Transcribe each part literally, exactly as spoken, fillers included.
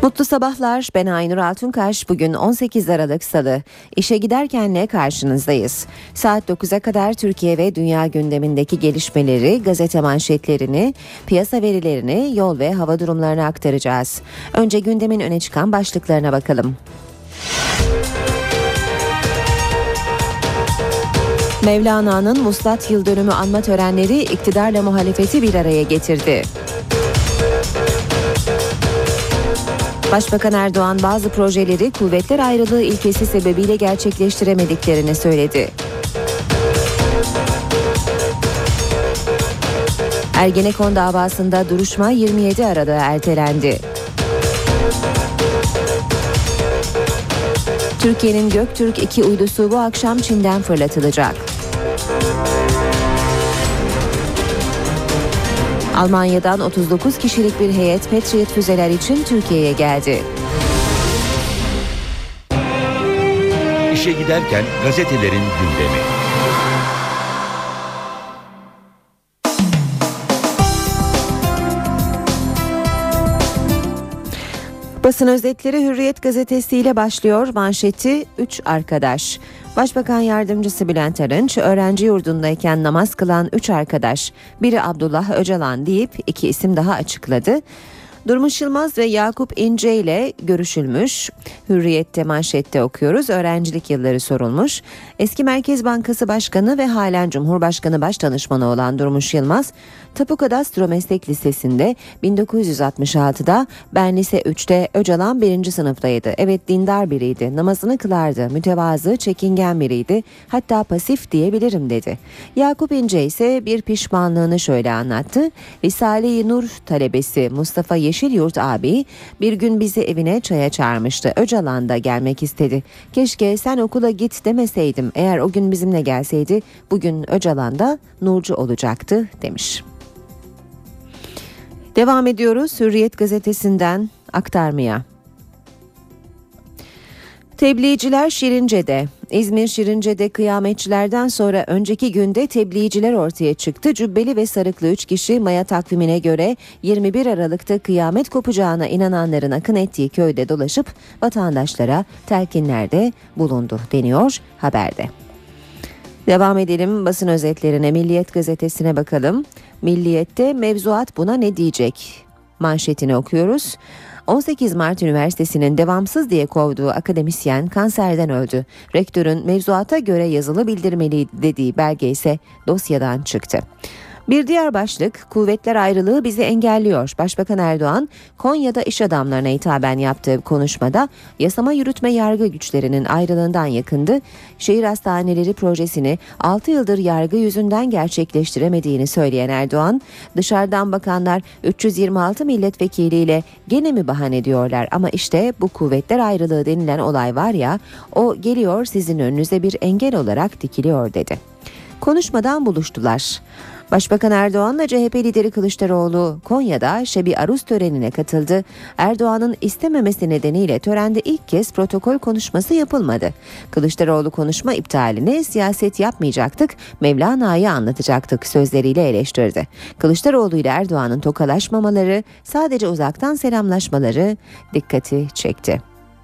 Mutlu sabahlar, ben Aynur Altunkaş. Bugün on sekiz Aralık Salı. İşe giderkenle karşınızdayız. Saat dokuza kadar Türkiye ve dünya gündemindeki gelişmeleri, gazete manşetlerini, piyasa verilerini, yol ve hava durumlarını aktaracağız. Önce gündemin öne çıkan başlıklarına bakalım. Mevlana'nın Vuslat Yıldönümü anma törenleri iktidarla muhalefeti bir araya getirdi. Başbakan Erdoğan bazı projeleri kuvvetler ayrılığı ilkesi sebebiyle gerçekleştiremediklerini söyledi. Ergenekon davasında duruşma yirmi yedi Aralık'a ertelendi. Türkiye'nin Göktürk iki uydusu bu akşam Çin'den fırlatılacak. Almanya'dan otuz dokuz kişilik bir heyet Patriot füzeler için Türkiye'ye geldi. İşe giderken gazetelerin gündemi. Basın özetleri Hürriyet gazetesiyle başlıyor. Manşeti üç arkadaş. Başbakan Yardımcısı Bülent Arınç, öğrenci yurdundayken namaz kılan üç arkadaş, biri Abdullah Öcalan deyip iki isim daha açıkladı. Durmuş Yılmaz ve Yakup İnce ile görüşülmüş. Hürriyet'te manşette okuyoruz. Öğrencilik yılları sorulmuş. Eski Merkez Bankası Başkanı ve halen Cumhurbaşkanı Başdanışmanı olan Durmuş Yılmaz, Tapu Kadastro Meslek Lisesi'nde bin dokuz yüz altmış altıda, ben lise üçte, Öcalan birinci sınıftaydı. Evet, dindar biriydi. Namazını kılardı. Mütevazı, çekingen biriydi. Hatta pasif diyebilirim dedi. Yakup İnce ise bir pişmanlığını şöyle anlattı. Risale-i Nur talebesi Mustafa Yeşilyurt abi bir gün bizi evine çaya çağırmıştı. Öcalan da gelmek istedi. Keşke sen okula git demeseydim. Eğer o gün bizimle gelseydi bugün Öcalan da nurcu olacaktı demiş. Devam ediyoruz Hürriyet gazetesinden aktarmaya. Tebliğciler Şirince'de. İzmir Şirince'de kıyametçilerden sonra önceki günde tebliğciler ortaya çıktı. Cübbeli ve sarıklı üç kişi Maya takvimine göre yirmi bir Aralık'ta kıyamet kopacağına inananların akın ettiği köyde dolaşıp vatandaşlara telkinlerde bulundu deniyor haberde. Devam edelim basın özetlerine. Milliyet gazetesine bakalım. Milliyet'te mevzuat buna ne diyecek? Manşetini okuyoruz. on sekiz Mart Üniversitesi'nin devamsız diye kovduğu akademisyen kanserden öldü. Rektörün mevzuata göre yazılı bildirmeli dediği belge ise dosyadan çıktı. Bir diğer başlık, kuvvetler ayrılığı bizi engelliyor. Başbakan Erdoğan, Konya'da iş adamlarına hitaben yaptığı konuşmada yasama yürütme yargı güçlerinin ayrılığından yakındı. Şehir hastaneleri projesini altı yıldır yargı yüzünden gerçekleştiremediğini söyleyen Erdoğan, dışarıdan bakanlar üç yüz yirmi altı milletvekiliyle gene mi bahane ediyorlar ama işte bu kuvvetler ayrılığı denilen olay var ya, o geliyor sizin önünüze bir engel olarak dikiliyor dedi. Konuşmadan buluştular. Başbakan Erdoğan'la C H P lideri Kılıçdaroğlu Konya'da Şebi Aruz törenine katıldı. Erdoğan'ın istememesi nedeniyle törende ilk kez protokol konuşması yapılmadı. Kılıçdaroğlu konuşma iptalini siyaset yapmayacaktık, Mevlana'yı anlatacaktık sözleriyle eleştirdi. Kılıçdaroğlu ile Erdoğan'ın tokalaşmamaları, sadece uzaktan selamlaşmaları dikkati çekti.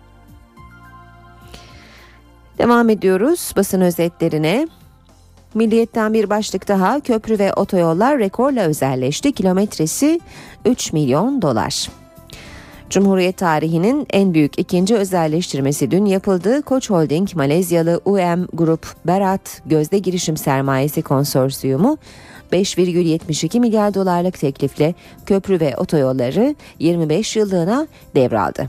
Devam ediyoruz basın özetlerine. Milliyet'ten bir başlık daha, köprü ve otoyollar rekorla özelleşti. Kilometresi üç milyon dolar. Cumhuriyet tarihinin en büyük ikinci özelleştirmesi dün yapıldı. Koç Holding, Malezyalı U M Grup, Berat Gözde Girişim Sermayesi Konsorsiyumu beş virgül yetmiş iki milyar dolarlık teklifle köprü ve otoyolları yirmi beş yıllığına devraldı.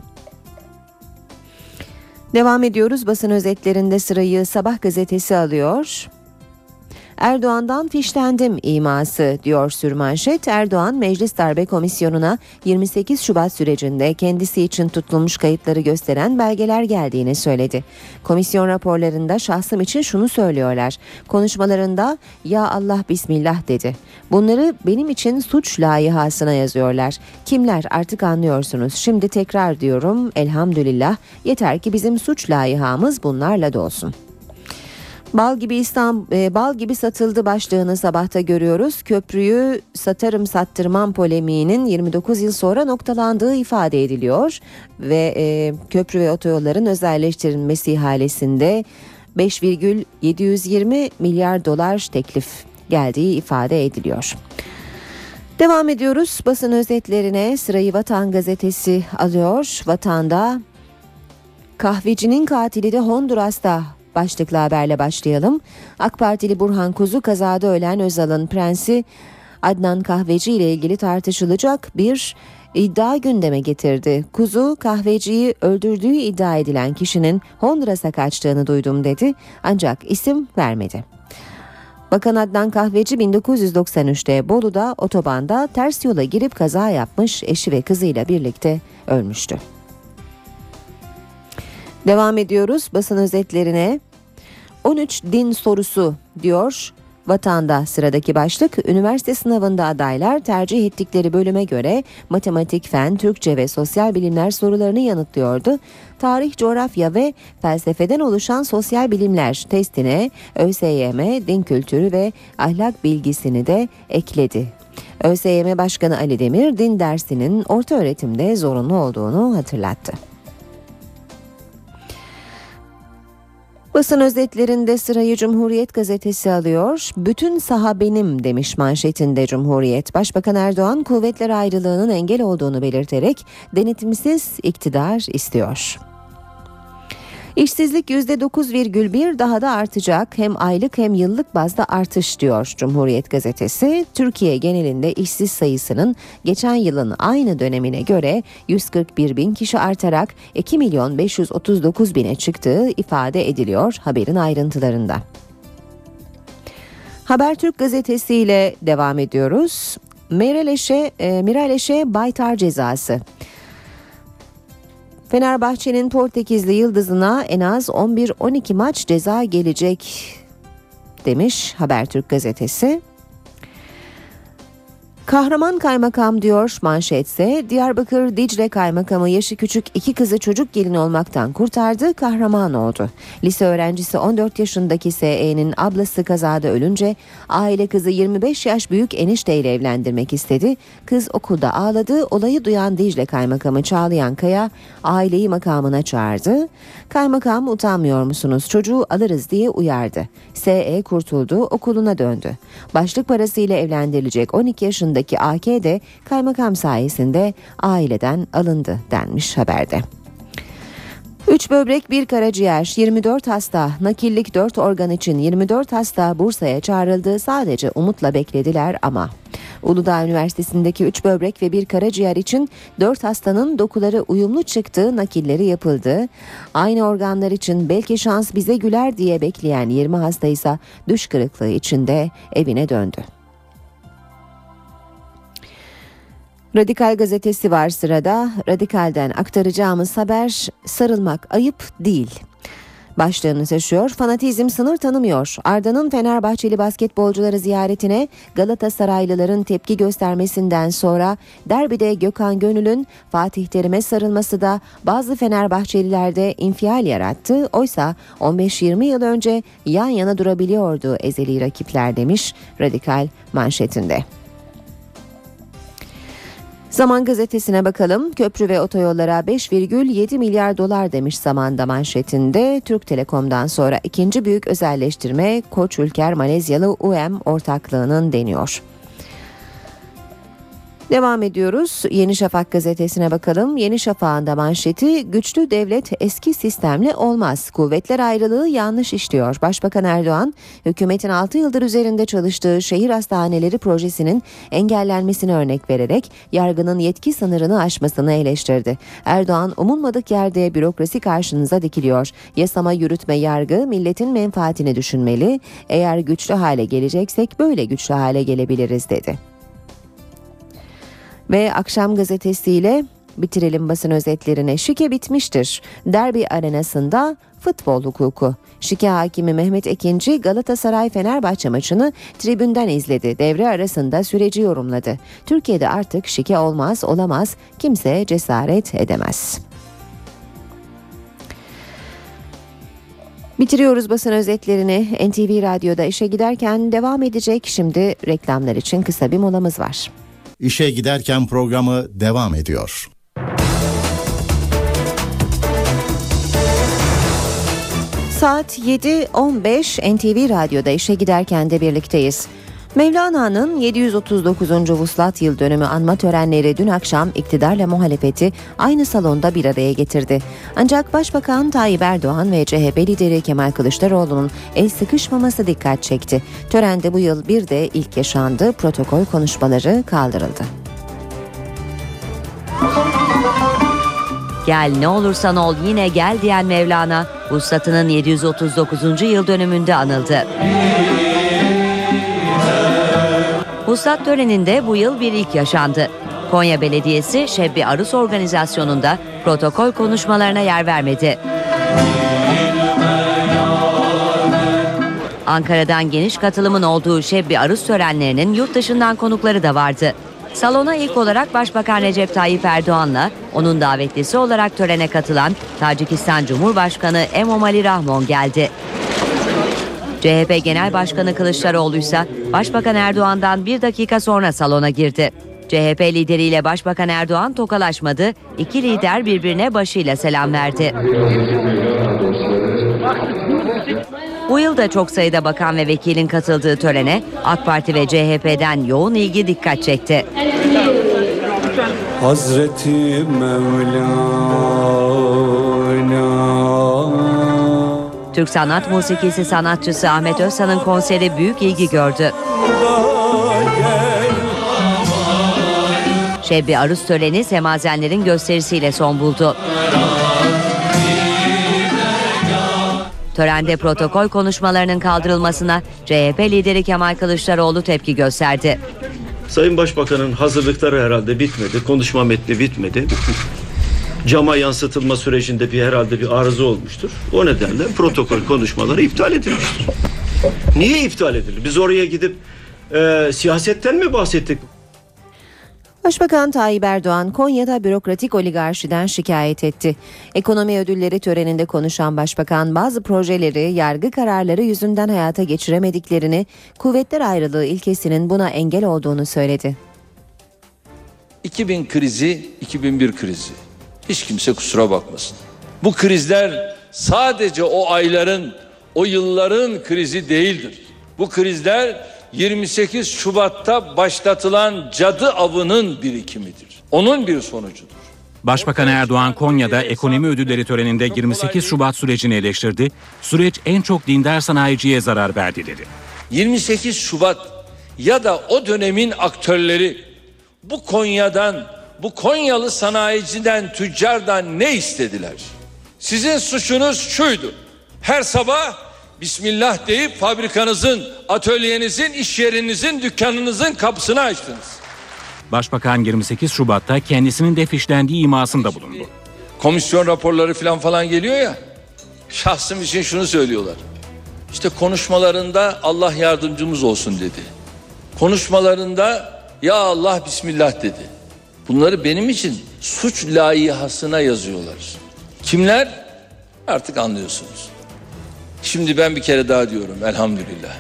Devam ediyoruz basın özetlerinde, sırayı Sabah gazetesi alıyor. Erdoğan'dan fişlendim iması diyor sürmanşet. Erdoğan, Meclis Darbe Komisyonu'na yirmi sekiz Şubat sürecinde kendisi için tutulmuş kayıtları gösteren belgeler geldiğini söyledi. Komisyon raporlarında şahsım için şunu söylüyorlar. Konuşmalarında ya Allah bismillah dedi. Bunları benim için suç layihasına yazıyorlar. Kimler artık anlıyorsunuz. Şimdi tekrar diyorum, elhamdülillah, yeter ki bizim suç layihamız bunlarla dolsun. Bal gibi İstanbul, e, bal gibi satıldı başlığını sabahta görüyoruz. Köprüyü satarım sattırmam polemiğinin yirmi dokuz yıl sonra noktalandığı ifade ediliyor ve e, köprü ve otoyolların özelleştirilmesi ihalesinde beş virgül yedi yüz yirmi milyar dolar teklif geldiği ifade ediliyor. Devam ediyoruz basın özetlerine. Sırayı Vatan gazetesi alıyor. Vatan'da kahvecinin katili de Honduras'ta başlıklı haberle başlayalım. AK Partili Burhan Kuzu kazada ölen Özal'ın prensi Adnan Kahveci ile ilgili tartışılacak bir iddia gündeme getirdi. Kuzu, kahveciyi öldürdüğü iddia edilen kişinin Honduras'a kaçtığını duydum dedi, ancak isim vermedi. Bakan Adnan Kahveci bin dokuz yüz doksan üçte Bolu'da otobanda ters yola girip kaza yapmış, eşi ve kızıyla birlikte ölmüştü. Devam ediyoruz basın özetlerine. on üç din sorusu diyor Vatan'da sıradaki başlık. Üniversite sınavında adaylar tercih ettikleri bölüme göre matematik, fen, Türkçe ve sosyal bilimler sorularını yanıtlıyordu. Tarih, coğrafya ve felsefeden oluşan sosyal bilimler testine ÖSYM, din kültürü ve ahlak bilgisini de ekledi. ÖSYM Başkanı Ali Demir, din dersinin ortaöğretimde zorunlu olduğunu hatırlattı. Basın özetlerinde sırayı Cumhuriyet gazetesi alıyor. Bütün saha benim demiş manşetinde Cumhuriyet. Başbakan Erdoğan kuvvetler ayrılığının engel olduğunu belirterek denetimsiz iktidar istiyor. İşsizlik yüzde dokuz virgül bir daha da artacak. Hem aylık hem yıllık bazda artış diyor Cumhuriyet gazetesi. Türkiye genelinde işsiz sayısının geçen yılın aynı dönemine göre yüz kırk bir bin kişi artarak iki milyon beş yüz otuz dokuz bine çıktığı ifade ediliyor haberin ayrıntılarında. Habertürk gazetesiyle devam ediyoruz. Miraleş'e, e, Miraleş'e Baytar cezası. Fenerbahçe'nin Portekizli yıldızına en az on bir on iki maç ceza gelecek demiş Habertürk gazetesi. Kahraman kaymakam diyor manşetse. Diyarbakır Dicle kaymakamı yaşı küçük iki kızı çocuk gelin olmaktan kurtardı, kahraman oldu. Lise öğrencisi on dört yaşındaki S E'nin ablası kazada ölünce aile kızı yirmi beş yaş büyük enişteyle evlendirmek istedi. Kız okulda ağladı. Olayı duyan Dicle kaymakamı Çağlayan Kaya aileyi makamına çağırdı. Kaymakam utanmıyor musunuz, çocuğu alırız diye uyardı. S E kurtuldu, okuluna döndü. Başlık parasıyla evlendirilecek on iki yaşındaki A K de kaymakam sayesinde aileden alındı denmiş haberde. üç böbrek bir karaciğer, yirmi dört hasta, nakillik dört organ için yirmi dört hasta Bursa'ya çağrıldı. Sadece umutla beklediler ama Uludağ Üniversitesi'ndeki üç böbrek ve bir karaciğer için dört hastanın dokuları uyumlu çıktı, nakilleri yapıldı. Aynı organlar için belki şans bize güler diye bekleyen yirmi hasta ise düş kırıklığı içinde evine döndü. Radikal gazetesi var sırada. Radikal'den aktaracağımız haber sarılmak ayıp değil başlığını taşıyor. Fanatizm sınır tanımıyor. Arda'nın Fenerbahçeli basketbolcuları ziyaretine Galatasaraylıların tepki göstermesinden sonra derbide Gökhan Gönül'ün Fatih Terim'e sarılması da bazı Fenerbahçelilerde infial yarattı. Oysa on beş yirmi yıl önce yan yana durabiliyordu ezeli rakipler demiş Radikal manşetinde. Zaman gazetesine bakalım. Köprü ve otoyollara beş virgül yedi milyar dolar demiş Zaman'da manşetinde. Türk Telekom'dan sonra ikinci büyük özelleştirme Koç Ülker Malezyalı U M ortaklığının deniyor. Devam ediyoruz. Yeni Şafak gazetesine bakalım. Yeni Şafak'ın da manşeti güçlü devlet eski sistemle olmaz. Kuvvetler ayrılığı yanlış işliyor. Başbakan Erdoğan, hükümetin altı yıldır üzerinde çalıştığı şehir hastaneleri projesinin engellenmesine örnek vererek yargının yetki sınırını aşmasını eleştirdi. Erdoğan, umulmadık yerde bürokrasi karşınıza dikiliyor. Yasama, yürütme, yargı milletin menfaatini düşünmeli. Eğer güçlü hale geleceksek böyle güçlü hale gelebiliriz dedi. Ve Akşam gazetesiyle bitirelim basın özetlerine. Şike bitmiştir. Derbi arenasında futbol hukuku. Şike hakimi Mehmet Ekinci Galatasaray Fenerbahçe maçını tribünden izledi. Devre arasında süreci yorumladı. Türkiye'de artık şike olmaz, olamaz. Kimse cesaret edemez. Bitiriyoruz basın özetlerini. N T V Radyo'da işe giderken devam edecek. Şimdi reklamlar için kısa bir molamız var. İşe giderken programı devam ediyor. Saat yedi on beş N T V Radyo'da işe giderken de birlikteyiz. Mevlana'nın yedi yüz otuz dokuzuncu Vuslat Yıl Dönümü anma törenleri dün akşam iktidarla muhalefeti aynı salonda bir araya getirdi. Ancak Başbakan Tayyip Erdoğan ve C H P lideri Kemal Kılıçdaroğlu'nun el sıkışmaması dikkat çekti. Törende bu yıl bir de ilk yaşandı, protokol konuşmaları kaldırıldı. Gel ne olursan ol yine gel diyen Mevlana, Vuslat'ının yedi yüz otuz dokuzuncu yıl dönümünde anıldı. Vuslat töreninde bu yıl bir ilk yaşandı. Konya Belediyesi Şebbi Arus organizasyonunda protokol konuşmalarına yer vermedi. Ankara'dan geniş katılımın olduğu Şebbi Arus törenlerinin yurt dışından konukları da vardı. Salona ilk olarak Başbakan Recep Tayyip Erdoğan'la onun davetlisi olarak törene katılan Tacikistan Cumhurbaşkanı Emomali Rahmon geldi. C H P Genel Başkanı Kılıçdaroğlu ise Başbakan Erdoğan'dan bir dakika sonra salona girdi. C H P lideriyle Başbakan Erdoğan tokalaşmadı, iki lider birbirine başıyla selam verdi. Bu yıl da çok sayıda bakan ve vekilin katıldığı törene AK Parti ve C H P'den yoğun ilgi dikkat çekti. Hazreti Mevlana. Türk sanat musikisi sanatçısı Ahmet Özsan'ın konseri büyük ilgi gördü. Şebbi Arus töreni semazenlerin gösterisiyle son buldu. Törende protokol konuşmalarının kaldırılmasına C H P lideri Kemal Kılıçdaroğlu tepki gösterdi. Sayın Başbakan'ın hazırlıkları herhalde bitmedi, konuşma metni bitmedi. Cama yansıtılma sürecinde bir herhalde bir arıza olmuştur. O nedenle protokol konuşmaları iptal edilmiştir. Niye iptal edildi? Biz oraya gidip e, siyasetten mi bahsettik? Başbakan Tayyip Erdoğan Konya'da bürokratik oligarşiden şikayet etti. Ekonomi ödülleri töreninde konuşan Başbakan bazı projeleri yargı kararları yüzünden hayata geçiremediklerini, kuvvetler ayrılığı ilkesinin buna engel olduğunu söyledi. iki bin krizi, iki bin bir krizi. Hiç kimse kusura bakmasın. Bu krizler sadece o ayların, o yılların krizi değildir. Bu krizler yirmi sekiz Şubat'ta başlatılan cadı avının birikimidir. Onun bir sonucudur. Başbakan Erdoğan Konya'da ekonomi ödülleri töreninde yirmi sekiz Şubat sürecini eleştirdi. Süreç en çok dindar sanayiciye zarar verdi dedi. yirmi sekiz Şubat ya da o dönemin aktörleri bu Konya'dan, bu Konyalı sanayiciden, tüccardan ne istediler? Sizin suçunuz şuydu. Her sabah Bismillah deyip fabrikanızın, atölyenizin, iş yerinizin, dükkanınızın kapısını açtınız. Başbakan yirmi sekiz Şubat'ta kendisinin de fişlendiği imasında bulundu. Komisyon raporları falan falan geliyor ya. Şahsım için şunu söylüyorlar. İşte konuşmalarında Allah yardımcımız olsun dedi. Konuşmalarında ya Allah Bismillah dedi. Bunları benim için suç layihasına yazıyorlar. Kimler? Artık anlıyorsunuz. Şimdi ben bir kere daha diyorum elhamdülillah.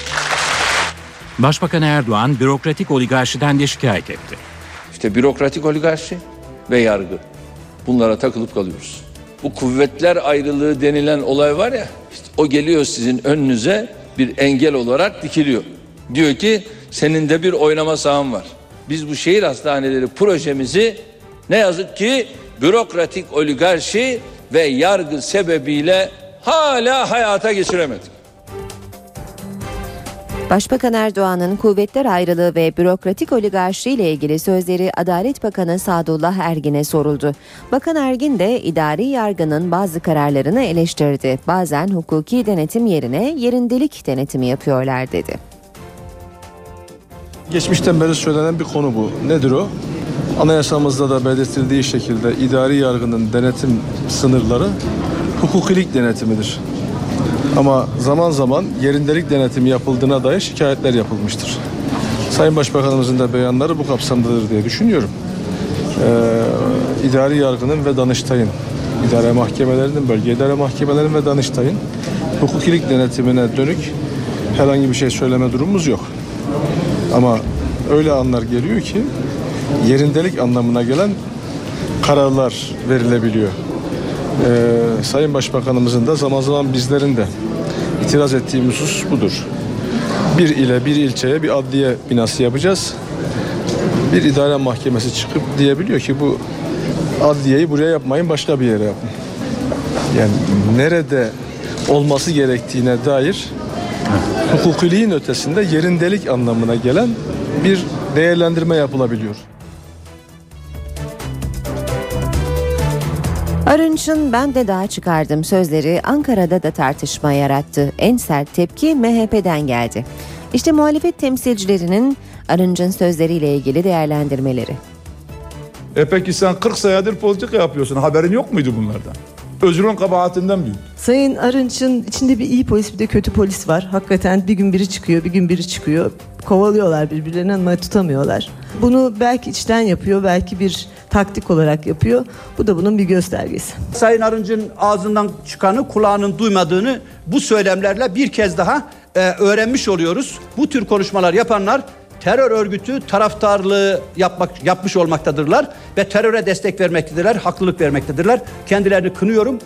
Başbakan Erdoğan bürokratik oligarşiden de şikayet etti. İşte bürokratik oligarşi ve yargı. Bunlara takılıp kalıyoruz. Bu kuvvetler ayrılığı denilen olay var ya, işte o geliyor sizin önünüze bir engel olarak dikiliyor. Diyor ki senin de bir oynama sahan var. Biz bu şehir hastaneleri projemizi ne yazık ki bürokratik oligarşi ve yargı sebebiyle hala hayata geçiremedik. Başbakan Erdoğan'ın kuvvetler ayrılığı ve bürokratik oligarşi ile ilgili sözleri Adalet Bakanı Sadullah Ergin'e soruldu. Bakan Ergin de idari yargının bazı kararlarını eleştirdi. Bazen hukuki denetim yerine yerindelik denetimi yapıyorlar dedi. Geçmişten beri söylenen bir konu bu. Nedir o? Anayasamızda da belirtildiği şekilde idari yargının denetim sınırları hukukilik denetimidir. Ama zaman zaman yerindelik denetimi yapıldığına dair şikayetler yapılmıştır. Sayın Başbakanımızın da beyanları bu kapsamdadır diye düşünüyorum. Ee, idari yargının ve Danıştay'ın, idare mahkemelerinin, bölge idare mahkemelerinin ve Danıştay'ın Hukukilik denetimine dönük herhangi bir şey söyleme durumumuz yok. Ama öyle anlar geliyor ki yerindelik anlamına gelen kararlar verilebiliyor. Ee, Sayın Başbakanımızın da zaman zaman bizlerin de itiraz ettiğimiz husus budur. Bir ile bir ilçeye bir adliye binası yapacağız. Bir idare mahkemesi çıkıp diyebiliyor ki bu adliyeyi buraya yapmayın, başka bir yere yapın. Yani nerede olması gerektiğine dair hukukiliğin ötesinde yerindelik anlamına gelen bir değerlendirme yapılabiliyor. Arınç'ın "ben de dağa çıkardım" sözleri Ankara'da da tartışma yarattı. En sert tepki M H P'den geldi. İşte muhalefet temsilcilerinin Arınç'ın sözleriyle ilgili değerlendirmeleri. E peki sen kırk senedir politika yapıyorsun. Haberin yok muydu bunlardan? Özrün kabahatinden büyük. Sayın Arınç'ın içinde bir iyi polis bir de kötü polis var. Hakikaten bir gün biri çıkıyor, bir gün biri çıkıyor. Kovalıyorlar birbirlerini ama tutamıyorlar. Bunu belki içten yapıyor, belki bir taktik olarak yapıyor. Bu da bunun bir göstergesi. Sayın Arınç'ın ağzından çıkanı kulağının duymadığını bu söylemlerle bir kez daha e, öğrenmiş oluyoruz. Bu tür konuşmalar yapanlar terör örgütü taraftarlığı yapmak, yapmış olmaktadırlar ve teröre destek vermektedirler, haklılık vermektedirler. Kendilerini kınıyorum.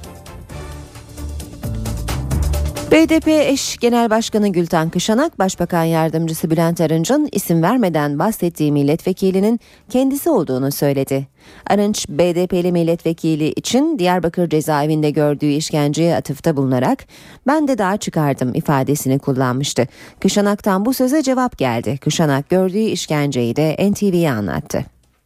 B D P eş Genel Başkanı Gülten Kışanak, Başbakan Yardımcısı Bülent Arınç'ın isim vermeden bahsettiği milletvekilinin kendisi olduğunu söyledi. Arınç, B D P'li milletvekili için Diyarbakır cezaevinde gördüğü işkenceye atıfta bulunarak "ben de dağa çıkardım" ifadesini kullanmıştı. Kışanak'tan bu söze cevap geldi. Kışanak gördüğü işkenceyi de N T V'ye anlattı.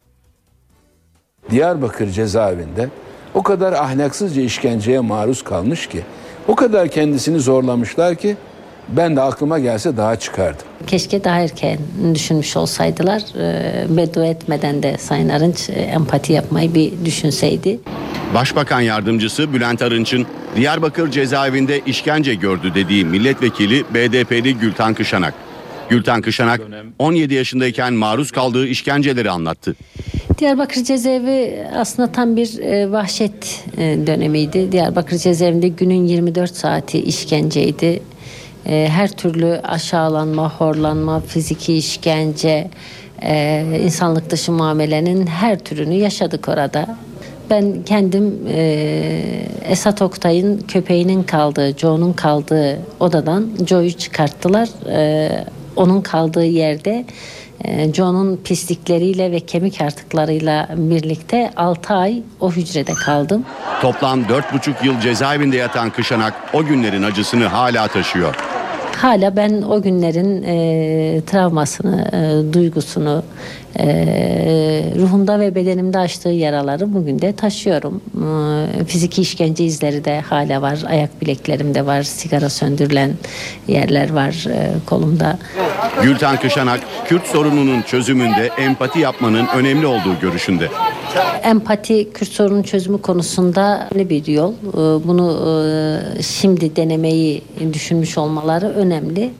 Diyarbakır cezaevinde o kadar ahlaksızca işkenceye maruz kalmış ki, o kadar kendisini zorlamışlar ki ben de aklıma gelse dağa çıkardım. Keşke daha erken düşünmüş olsaydılar. Beddua etmeden de Sayın Arınç empati yapmayı bir düşünseydi. Başbakan Yardımcısı Bülent Arınç'ın Diyarbakır cezaevinde işkence gördü dediği milletvekili B D P'li Gülten Kışanak. Gülten Kışanak on yedi yaşındayken maruz kaldığı işkenceleri anlattı. Diyarbakır cezaevi aslında tam bir e, vahşet e, dönemiydi. Diyarbakır cezaevinde günün yirmi dört saati işkenceydi. E, her türlü aşağılanma, horlanma, fiziki işkence, e, insanlık dışı muamelenin her türünü yaşadık orada. Ben kendim e, Esat Oktay'ın köpeğinin kaldığı, Joe'nun kaldığı odadan Joe'yu çıkarttılar. E, onun kaldığı yerde Joe'nun pislikleriyle ve kemik artıklarıyla birlikte altı ay o hücrede kaldım. Toplam dört buçuk yıl cezaevinde yatan Kışanak o günlerin acısını hala taşıyor. Hala ben o günlerin e, travmasını, e, duygusunu, e, ruhumda ve bedenimde açtığı yaraları bugün de taşıyorum. E, fiziki işkence izleri de hala var. Ayak bileklerimde var. Sigara söndürülen yerler var e, kolumda. Gülten Kışanak, Kürt sorununun çözümünde empati yapmanın önemli olduğu görüşünde. Empati Kürt sorunun çözümü konusunda ne bir yol. Bunu şimdi denemeyi düşünmüş olmaları önemli.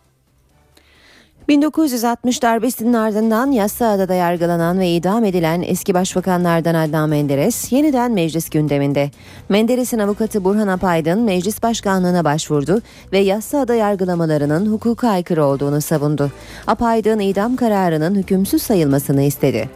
bin dokuz yüz altmış darbesinin ardından Yassıada'da yargılanan ve idam edilen eski başbakanlardan Adnan Menderes yeniden meclis gündeminde. Menderes'in avukatı Burhan Apaydın meclis başkanlığına başvurdu ve Yassıada yargılamalarının hukuka aykırı olduğunu savundu. Apaydın idam kararının hükümsüz sayılmasını istedi.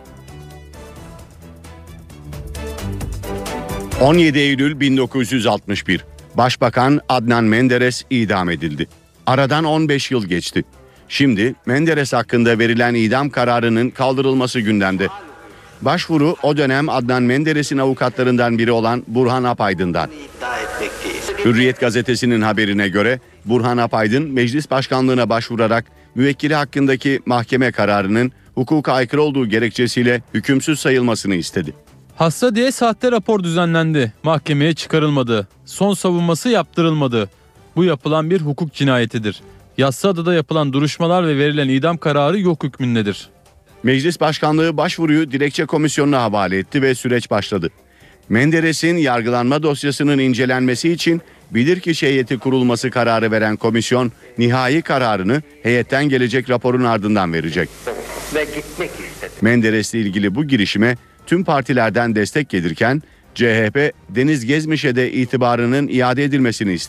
on yedi Eylül bin dokuz yüz altmış bir. Başbakan Adnan Menderes idam edildi. Aradan on beş yıl geçti. Şimdi Menderes hakkında verilen idam kararının kaldırılması gündemde. Başvuru o dönem Adnan Menderes'in avukatlarından biri olan Burhan Apaydın'dan. Hürriyet gazetesinin haberine göre Burhan Apaydın meclis başkanlığına başvurarak müvekkili hakkındaki mahkeme kararının hukuka aykırı olduğu gerekçesiyle hükümsüz sayılmasını istedi. Hasta diye sahte rapor düzenlendi. Mahkemeye çıkarılmadı. Son savunması yaptırılmadı. Bu yapılan bir hukuk cinayetidir. Yassıada'da yapılan duruşmalar ve verilen idam kararı yok hükmündedir. Meclis Başkanlığı başvuruyu dilekçe komisyonuna havale etti ve süreç başladı. Menderes'in yargılanma dosyasının incelenmesi için bilirkişi heyeti kurulması kararı veren komisyon nihai kararını heyetten gelecek raporun ardından verecek. Menderes'le ilgili bu girişime tüm partilerden destek gelirken C H P Deniz Gezmiş'e de itibarının iade edilmesini istedi.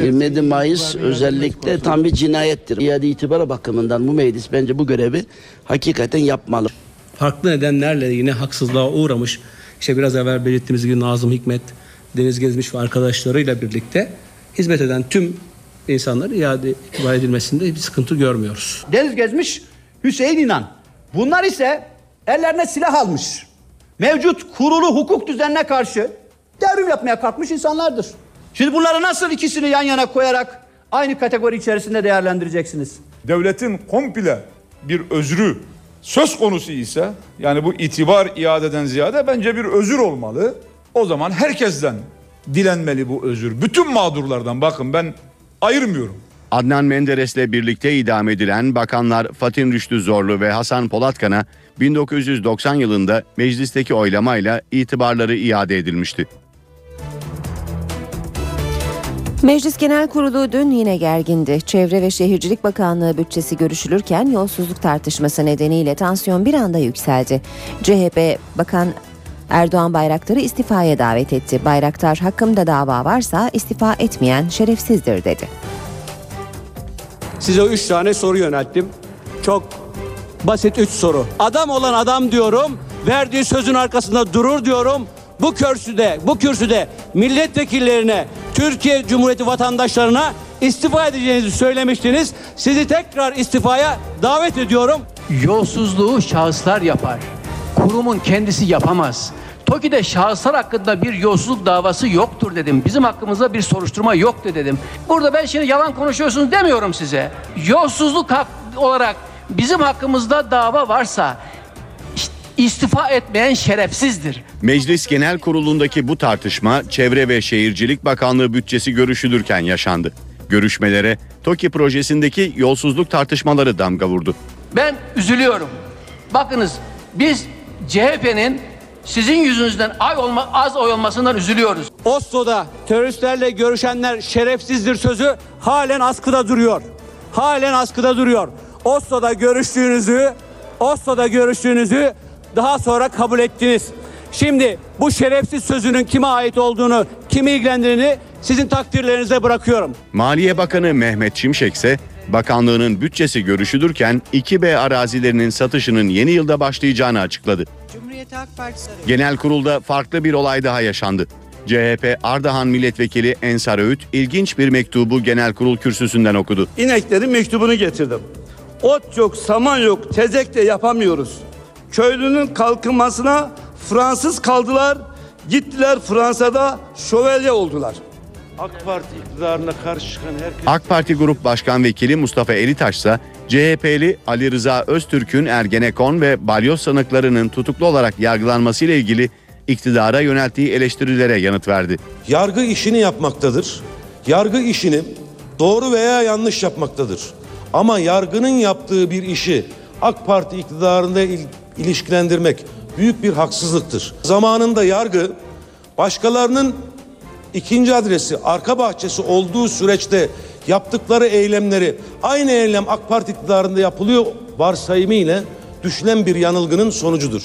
yirmi yedi Mayıs özellikle tam bir cinayettir. İade itibara bakımından bu meclis bence bu görevi hakikaten yapmalı. Farklı nedenlerle yine haksızlığa uğramış, işte biraz evvel belirttiğimiz gibi Nazım Hikmet, Deniz Gezmiş ve arkadaşlarıyla birlikte hizmet eden tüm insanların iade itibar edilmesinde bir sıkıntı görmüyoruz. Deniz Gezmiş, Hüseyin İnan. Bunlar ise ellerine silah almış. Mevcut kurulu hukuk düzenine karşı devrim yapmaya kalkmış insanlardır. Şimdi bunları nasıl ikisini yan yana koyarak aynı kategori içerisinde değerlendireceksiniz? Devletin komple bir özrü söz konusu ise, yani bu itibar iadeden ziyade bence bir özür olmalı. O zaman herkesten dilenmeli bu özür. Bütün mağdurlardan, bakın ben ayırmıyorum. Adnan Menderes'le birlikte idam edilen bakanlar Fatih Rüştü Zorlu ve Hasan Polatkan'a bin dokuz yüz doksan yılında meclisteki oylamayla itibarları iade edilmişti. Meclis Genel Kurulu dün yine gergindi. Çevre ve Şehircilik Bakanlığı bütçesi görüşülürken yolsuzluk tartışması nedeniyle tansiyon bir anda yükseldi. C H P Bakan Erdoğan Bayraktar'ı istifaya davet etti. Bayraktar, hakkımda dava varsa istifa etmeyen şerefsizdir dedi. Size üç tane soru yönelttim. Çok basit üç soru. Adam olan adam diyorum, verdiği sözün arkasında durur diyorum. Bu kürsüde, bu kürsüde milletvekillerine, Türkiye Cumhuriyeti vatandaşlarına istifa edeceğinizi söylemiştiniz. Sizi tekrar istifaya davet ediyorum. Yolsuzluğu şahıslar yapar. Kurumun kendisi yapamaz. TOKİ'de şahıslar hakkında bir yolsuzluk davası yoktur dedim. Bizim hakkımızda bir soruşturma yoktu dedim. Burada ben şimdi yalan konuşuyorsunuz demiyorum size. Yolsuzluk hak olarak bizim hakkımızda dava varsa istifa etmeyen şerefsizdir. Meclis Genel Kurulu'ndaki bu tartışma Çevre ve Şehircilik Bakanlığı bütçesi görüşülürken yaşandı. Görüşmelere TOKİ projesindeki yolsuzluk tartışmaları damga vurdu. Ben üzülüyorum. Bakınız biz C H P'nin sizin yüzünüzden ay olma, az oy olmasından üzülüyoruz. Oslo'da teröristlerle görüşenler şerefsizdir sözü halen askıda duruyor. Halen askıda duruyor. Oslo'da görüştüğünüzü, Oslo'da görüştüğünüzü daha sonra kabul ettiniz. Şimdi bu şerefsiz sözünün kime ait olduğunu, kimi ilgilendiğini sizin takdirlerinize bırakıyorum. Maliye Bakanı Mehmet Şimşek ise bakanlığının bütçesi görüşülürken iki B arazilerinin satışının yeni yılda başlayacağını açıkladı. Cumhuriyet Halk Partisi. Genel kurulda farklı bir olay daha yaşandı. C H P Ardahan Milletvekili Ensar Öğüt ilginç bir mektubu genel kurul kürsüsünden okudu. İneklerin mektubunu getirdim. Ot yok, saman yok, tezek de yapamıyoruz. Köylünün kalkınmasına Fransız kaldılar, gittiler Fransa'da şövalye oldular. AK Parti iktidarına karşı çıkan herkes... AK Parti Grup Başkan Vekili Mustafa Elitaş ise C H P'li Ali Rıza Öztürk'ün Ergenekon ve balyoz sanıklarının tutuklu olarak yargılanmasıyla ilgili iktidara yönelttiği eleştirilere yanıt verdi. Yargı işini yapmaktadır. Yargı işini doğru veya yanlış yapmaktadır. Ama yargının yaptığı bir işi AK Parti iktidarında il, ilişkilendirmek büyük bir haksızlıktır. Zamanında yargı başkalarının ikinci adresi, arka bahçesi olduğu süreçte yaptıkları eylemleri aynı eylem AK Parti iktidarında yapılıyor varsayımı ile düşünen bir yanılgının sonucudur.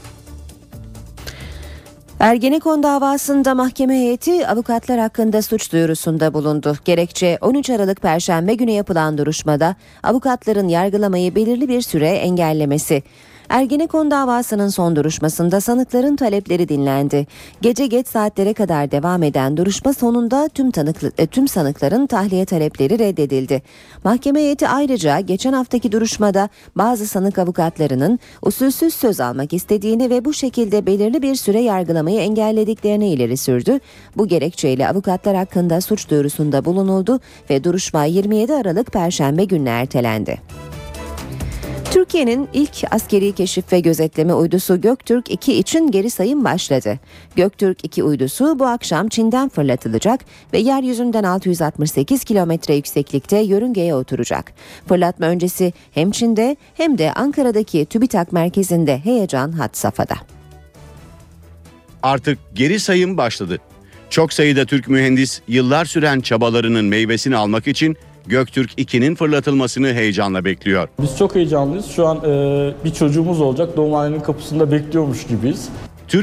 Ergenekon davasında mahkeme heyeti avukatlar hakkında suç duyurusunda bulundu. Gerekçe on üç Aralık Perşembe günü yapılan duruşmada avukatların yargılamayı belirli bir süre engellemesi. Ergenekon davasının son duruşmasında sanıkların talepleri dinlendi. Gece geç saatlere kadar devam eden duruşma sonunda tüm, tanıklı, tüm sanıkların tahliye talepleri reddedildi. Mahkeme heyeti ayrıca geçen haftaki duruşmada bazı sanık avukatlarının usulsüz söz almak istediğini ve bu şekilde belirli bir süre yargılamayı engellediklerini ileri sürdü. Bu gerekçeyle avukatlar hakkında suç duyurusunda bulunuldu ve duruşma yirmi yedi Aralık Perşembe gününe ertelendi. Türkiye'nin ilk askeri keşif ve gözetleme uydusu Göktürk iki için geri sayım başladı. Göktürk iki uydusu bu akşam Çin'den fırlatılacak ve yeryüzünden altı yüz altmış sekiz kilometre yükseklikte yörüngeye oturacak. Fırlatma öncesi hem Çin'de hem de Ankara'daki TÜBİTAK merkezinde heyecan had safhada. Artık geri sayım başladı. Çok sayıda Türk mühendis yıllar süren çabalarının meyvesini almak için Göktürk iki'nin fırlatılmasını heyecanla bekliyor. Biz çok heyecanlıyız. Şu an e, bir çocuğumuz olacak. Doğumhanenin kapısında bekliyormuş gibiyiz.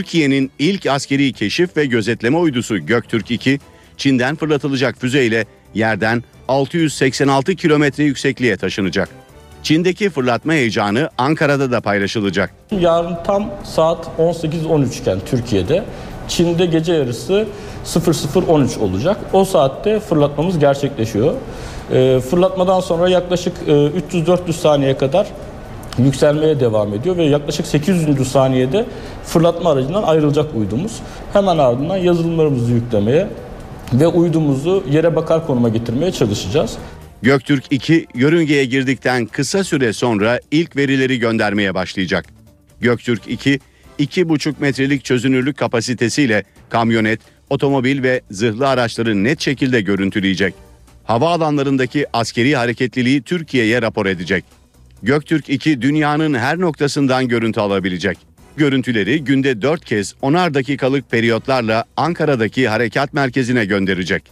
Türkiye'nin ilk askeri keşif ve gözetleme uydusu Göktürk iki, Çin'den fırlatılacak füzeyle yerden altı yüz seksen altı kilometre yüksekliğe taşınacak. Çin'deki fırlatma heyecanı Ankara'da da paylaşılacak. Yarın tam saat on sekiz on üç iken Türkiye'de, Çin'de gece yarısı sıfır sıfır on üç olacak. O saatte fırlatmamız gerçekleşiyor. E, fırlatmadan sonra yaklaşık e, üç yüz dört yüz saniye kadar yükselmeye devam ediyor ve yaklaşık sekiz yüzüncü saniyede fırlatma aracından ayrılacak uydumuz. Hemen ardından yazılımlarımızı yüklemeye ve uydumuzu yere bakar konuma getirmeye çalışacağız. Göktürk iki yörüngeye girdikten kısa süre sonra ilk verileri göndermeye başlayacak. Göktürk iki, iki buçuk metrelik çözünürlük kapasitesiyle kamyonet, otomobil ve zırhlı araçları net şekilde görüntüleyecek. Havaalanlarındaki askeri hareketliliği Türkiye'ye rapor edecek. Göktürk iki dünyanın her noktasından görüntü alabilecek. Görüntüleri günde dört kez onar dakikalık periyotlarla Ankara'daki harekat merkezine gönderecek.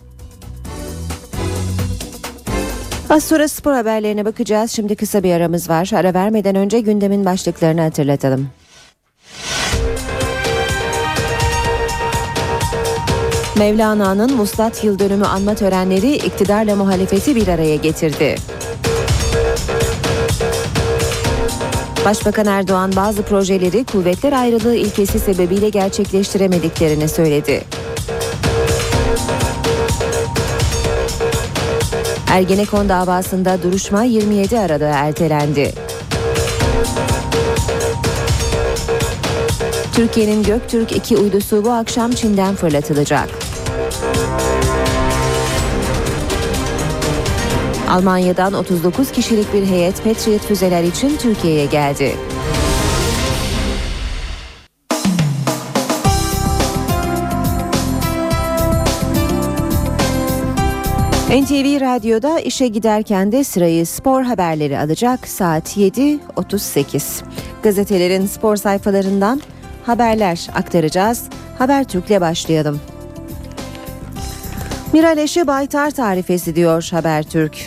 Az sonra spor haberlerine bakacağız. Şimdi kısa bir aramız var. Ara vermeden önce gündemin başlıklarını hatırlatalım. Mevlana'nın Vuslat Yıldönümü anma törenleri iktidarla muhalefeti bir araya getirdi. Başbakan Erdoğan bazı projeleri kuvvetler ayrılığı ilkesi sebebiyle gerçekleştiremediklerini söyledi. Ergenekon davasında duruşma yirmi yedi Aralık'a ertelendi. Türkiye'nin Göktürk iki uydusu bu akşam Çin'den fırlatılacak. Almanya'dan otuz dokuz kişilik bir heyet Patriot füzeler için Türkiye'ye geldi. N T V Radyo'da işe giderken de sırayı spor haberleri alacak saat yedi otuz sekiz. Gazetelerin spor sayfalarından haberler aktaracağız. Habertürk'le başlayalım. Miraleş'e baytar tarifesi diyor Habertürk.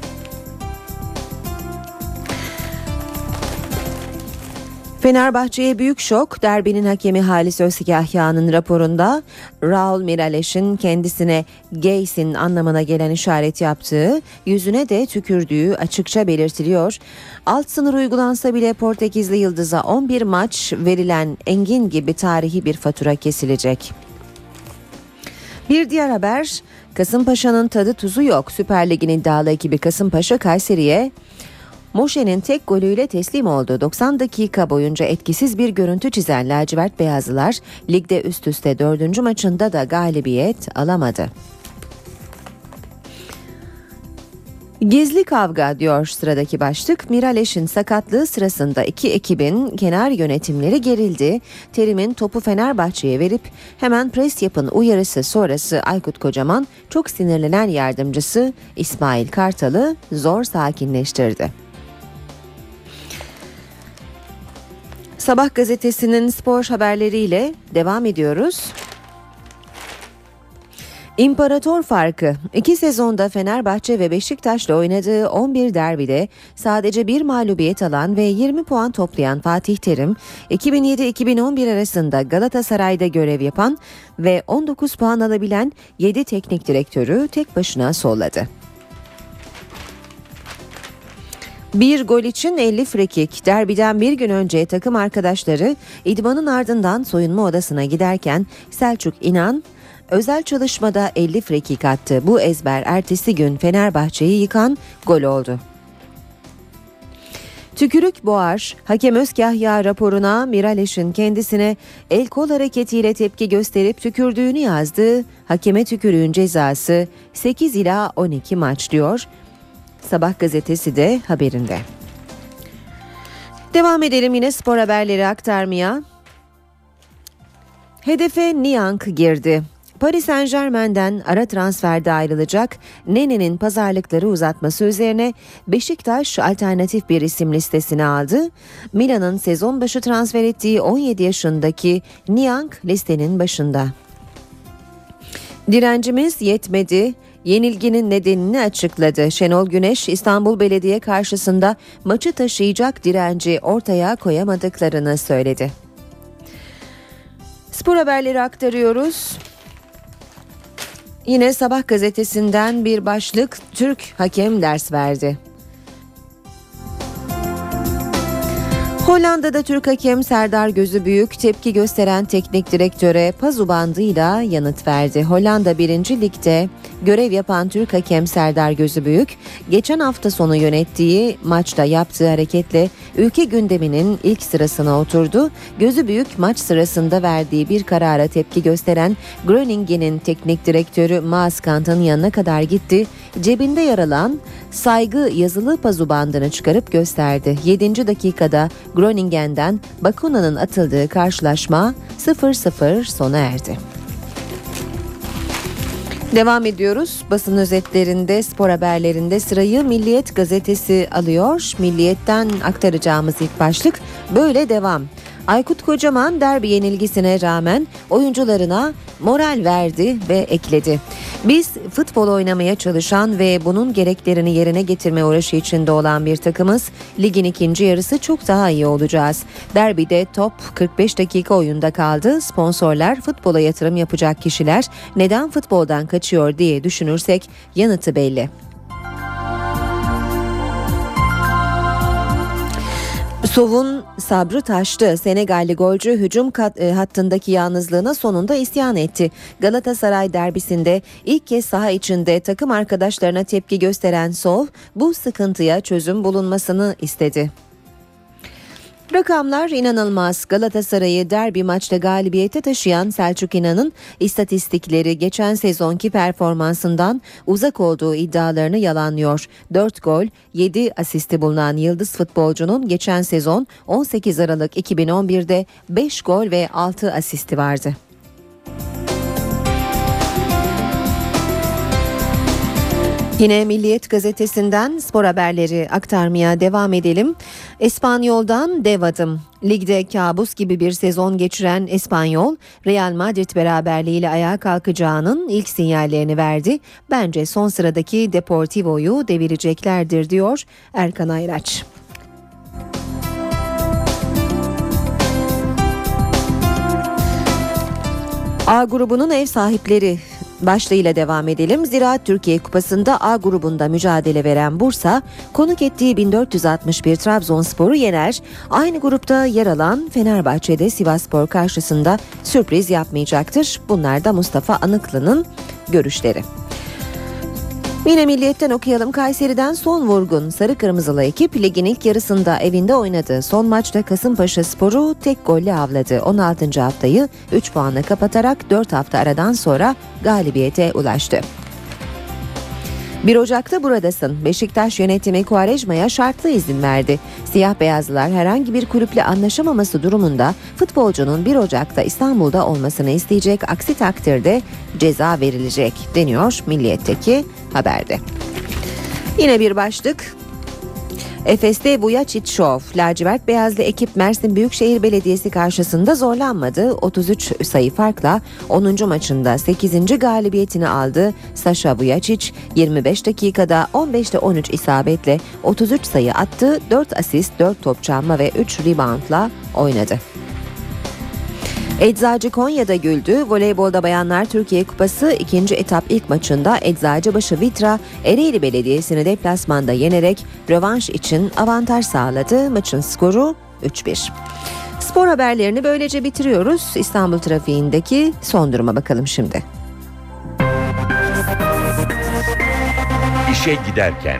Fenerbahçe'ye büyük şok. Derbinin hakemi Halis Özkahya'nın raporunda Raul Miraleş'in kendisine gaysin anlamına gelen işaret yaptığı, yüzüne de tükürdüğü açıkça belirtiliyor. Alt sınır uygulansa bile Portekizli yıldıza on bir maç verilen Engin gibi tarihi bir fatura kesilecek. Bir diğer haber, Kasımpaşa'nın tadı tuzu yok. Süper Lig'in iddialı ekibi Kasımpaşa Kayseri'ye Moşe'nin tek golüyle teslim oldu. doksan dakika boyunca etkisiz bir görüntü çizen lacivert beyazlılar ligde üst üste dördüncü maçında da galibiyet alamadı. Gizli kavga diyor sıradaki başlık. Miraleş'in sakatlığı sırasında iki ekibin kenar yönetimleri gerildi. Terim'in topu Fenerbahçe'ye verip hemen pres yapın uyarısı sonrası Aykut Kocaman çok sinirlenen yardımcısı İsmail Kartal'ı zor sakinleştirdi. Sabah gazetesinin spor haberleriyle devam ediyoruz. İmparator farkı. İki sezonda Fenerbahçe ve Beşiktaş'la oynadığı on bir derbide sadece bir mağlubiyet alan ve yirmi puan toplayan Fatih Terim, iki bin yedi iki bin on bir arasında Galatasaray'da görev yapan ve on dokuz puan alabilen yedi teknik direktörü tek başına solladı. Bir gol için elli frikik. Derbiden bir gün önce takım arkadaşları idmanın ardından soyunma odasına giderken Selçuk İnan özel çalışmada elli frikik attı. Bu ezber ertesi gün Fenerbahçe'yi yıkan gol oldu. Tükürük boğar. Hakem Özkahya raporuna Miraleş'in kendisine el kol hareketiyle tepki gösterip tükürdüğünü yazdı. Hakeme tükürüğün cezası sekiz ila on iki maç diyor. Sabah gazetesi de haberinde. Devam edelim yine spor haberleri aktarmaya. Hedefe Niang girdi. Paris Saint-Germain'den ara transferde ayrılacak Nene'nin pazarlıkları uzatması üzerine Beşiktaş alternatif bir isim listesine aldı. Milan'ın sezon başı transfer ettiği on yedi yaşındaki Niang listenin başında. Direncimiz yetmedi. Yenilginin nedenini açıkladı. Şenol Güneş, İstanbul Belediye karşısında maçı taşıyacak direnci ortaya koyamadıklarını söyledi. Spor haberleri aktarıyoruz. Yine Sabah gazetesinden bir başlık, Türk hakem ders verdi. Hollanda'da Türk hakem Serdar Gözübüyük tepki gösteren teknik direktöre pazu bandıyla yanıt verdi. Hollanda birinci Lig'de görev yapan Türk hakem Serdar Gözübüyük, geçen hafta sonu yönettiği maçta yaptığı hareketle ülke gündeminin ilk sırasına oturdu. Gözübüyük maç sırasında verdiği bir karara tepki gösteren Groningen'in teknik direktörü Maas Kant'ın yanına kadar gitti. Cebinde yer alan saygı yazılı pazu bandını çıkarıp gösterdi. yedinci dakikada Groningen'den Bakuna'nın atıldığı karşılaşma sıfır sıfır sona erdi. Devam ediyoruz. Basın özetlerinde, spor haberlerinde sırayı Milliyet gazetesi alıyor. Milliyet'ten aktaracağımız ilk başlık böyle devam. Aykut Kocaman derbi yenilgisine rağmen oyuncularına moral verdi ve ekledi. Biz futbol oynamaya çalışan ve bunun gereklerini yerine getirme uğraşı içinde olan bir takımız. Ligin ikinci yarısı çok daha iyi olacağız. Derbide top kırk beş dakika oyunda kaldı. Sponsorlar, futbola yatırım yapacak kişiler neden futboldan kaçıyor diye düşünürsek yanıtı belli. Sov'un sabrı taştı. Senegalli golcü hücum kat, e, hattındaki yalnızlığına sonunda isyan etti. Galatasaray derbisinde ilk kez saha içinde takım arkadaşlarına tepki gösteren Sov, bu sıkıntıya çözüm bulunmasını istedi. Rakamlar inanılmaz. Galatasaray'ı derbi maçta galibiyete taşıyan Selçuk İnan'ın istatistikleri geçen sezonki performansından uzak olduğu iddialarını yalanlıyor. dört gol, yedi asisti bulunan yıldız futbolcunun geçen sezon on sekiz Aralık iki bin on birde beş gol ve altı asisti vardı. Yine Milliyet gazetesinden spor haberleri aktarmaya devam edelim. Espanyol'dan dev adım. Ligde kabus gibi bir sezon geçiren Espanyol, Real Madrid beraberliğiyle ayağa kalkacağının ilk sinyallerini verdi. Bence son sıradaki Deportivo'yu devireceklerdir diyor Erkan Ayraç. A grubunun ev sahipleri başlığıyla devam edelim. Ziraat Türkiye Kupası'nda A grubunda mücadele veren Bursa, konuk ettiği bin dört yüz altmış bir Trabzonspor'u yener. Aynı grupta yer alan Fenerbahçe'de Sivasspor karşısında sürpriz yapmayacaktır. Bunlar da Mustafa Anıklı'nın görüşleri. Yine Milliyet'ten okuyalım. Kayseri'den son vurgun. Sarı Kırmızılı ekip ligin ilk yarısında evinde oynadığı son maçta Kasımpaşaspor'u tek golle avladı. on altıncı haftayı üç puanla kapatarak dört hafta aradan sonra galibiyete ulaştı. bir Ocak'ta buradasın. Beşiktaş yönetimi Quaresma'ya şartlı izin verdi. Siyah beyazlılar herhangi bir kulüple anlaşamaması durumunda futbolcunun bir Ocak'ta İstanbul'da olmasını isteyecek, aksi takdirde ceza verilecek deniyor Milliyet'teki haberde. Yine bir başlık. Efes'te Vujacic Show. Lacivert beyazlı ekip Mersin Büyükşehir Belediyesi karşısında zorlanmadı. otuz üç sayı farkla onuncu maçında sekizinci galibiyetini aldı. Sasha Vujacic yirmi beş dakikada on beşte on üç isabetle otuz üç sayı attı. dört asist, dört top çalma ve üç reboundla oynadı. Eczacı Konya'da güldü. Voleybolda Bayanlar Türkiye Kupası ikinci etap ilk maçında Eczacıbaşı Vitra Ereğli Belediyesi'ni deplasmanda yenerek rövanş için avantaj sağladı. Maçın skoru üç bir. Spor haberlerini böylece bitiriyoruz. İstanbul trafiğindeki son duruma bakalım şimdi. İşe giderken.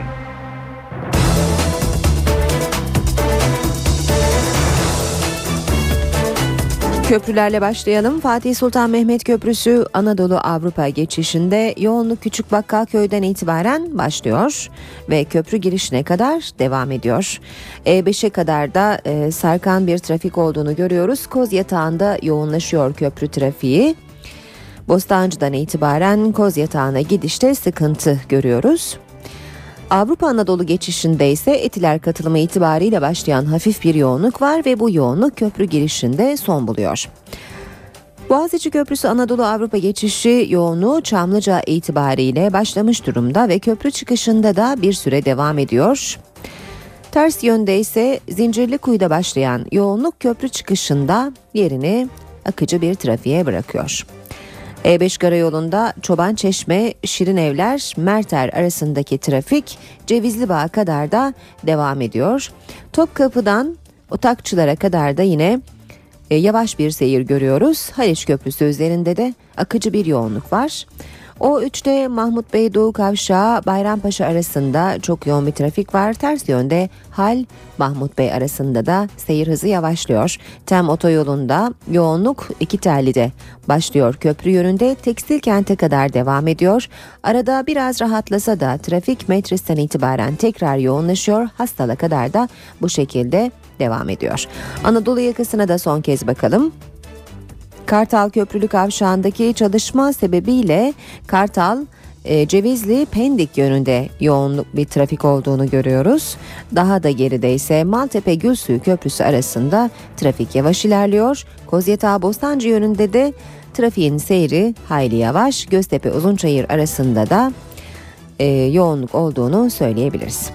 Köprülerle başlayalım. Fatih Sultan Mehmet Köprüsü Anadolu Avrupa geçişinde yoğunluk Küçükbakkalköy'den itibaren başlıyor ve köprü girişine kadar devam ediyor. E beşe kadar da e, sarkan bir trafik olduğunu görüyoruz. Kozyatağı'nda yoğunlaşıyor köprü trafiği. Bostancı'dan itibaren Kozyatağı'na gidişte sıkıntı görüyoruz. Avrupa Anadolu geçişinde ise Etiler katılımı itibariyle başlayan hafif bir yoğunluk var ve bu yoğunluk köprü girişinde son buluyor. Boğaziçi Köprüsü Anadolu Avrupa geçişi yoğunluğu Çamlıca itibariyle başlamış durumda ve köprü çıkışında da bir süre devam ediyor. Ters yönde ise Zincirlikuyu'da başlayan yoğunluk köprü çıkışında yerini akıcı bir trafiğe bırakıyor. E beş karayolunda Çobançeşme, Şirinevler, Merter arasındaki trafik Cevizlibağ'a kadar da devam ediyor. Topkapı'dan Otakçılar'a kadar da yine e, yavaş bir seyir görüyoruz. Haliç Köprüsü üzerinde de akıcı bir yoğunluk var. O üçte Mahmut Bey Doğu Kavşağı Bayrampaşa arasında çok yoğun bir trafik var. Ters yönde Hal Mahmut Bey arasında da seyir hızı yavaşlıyor. Tem otoyolunda yoğunluk iki Telli'de başlıyor. Köprü yönünde Tekstil Kent'e kadar devam ediyor. Arada biraz rahatlasa da trafik Metris'ten itibaren tekrar yoğunlaşıyor. Hastal'a kadar da bu şekilde devam ediyor. Anadolu yakasına da son kez bakalım. Kartal Köprülü Kavşağı'ndaki çalışma sebebiyle Kartal, e, Cevizli, Pendik yönünde yoğun bir trafik olduğunu görüyoruz. Daha da geride ise Maltepe Gülsuyu Köprüsü arasında trafik yavaş ilerliyor. Kozyatağı Bostancı yönünde de trafiğin seyri hayli yavaş. Göztepe Uzunçayır arasında da e, yoğunluk olduğunu söyleyebiliriz.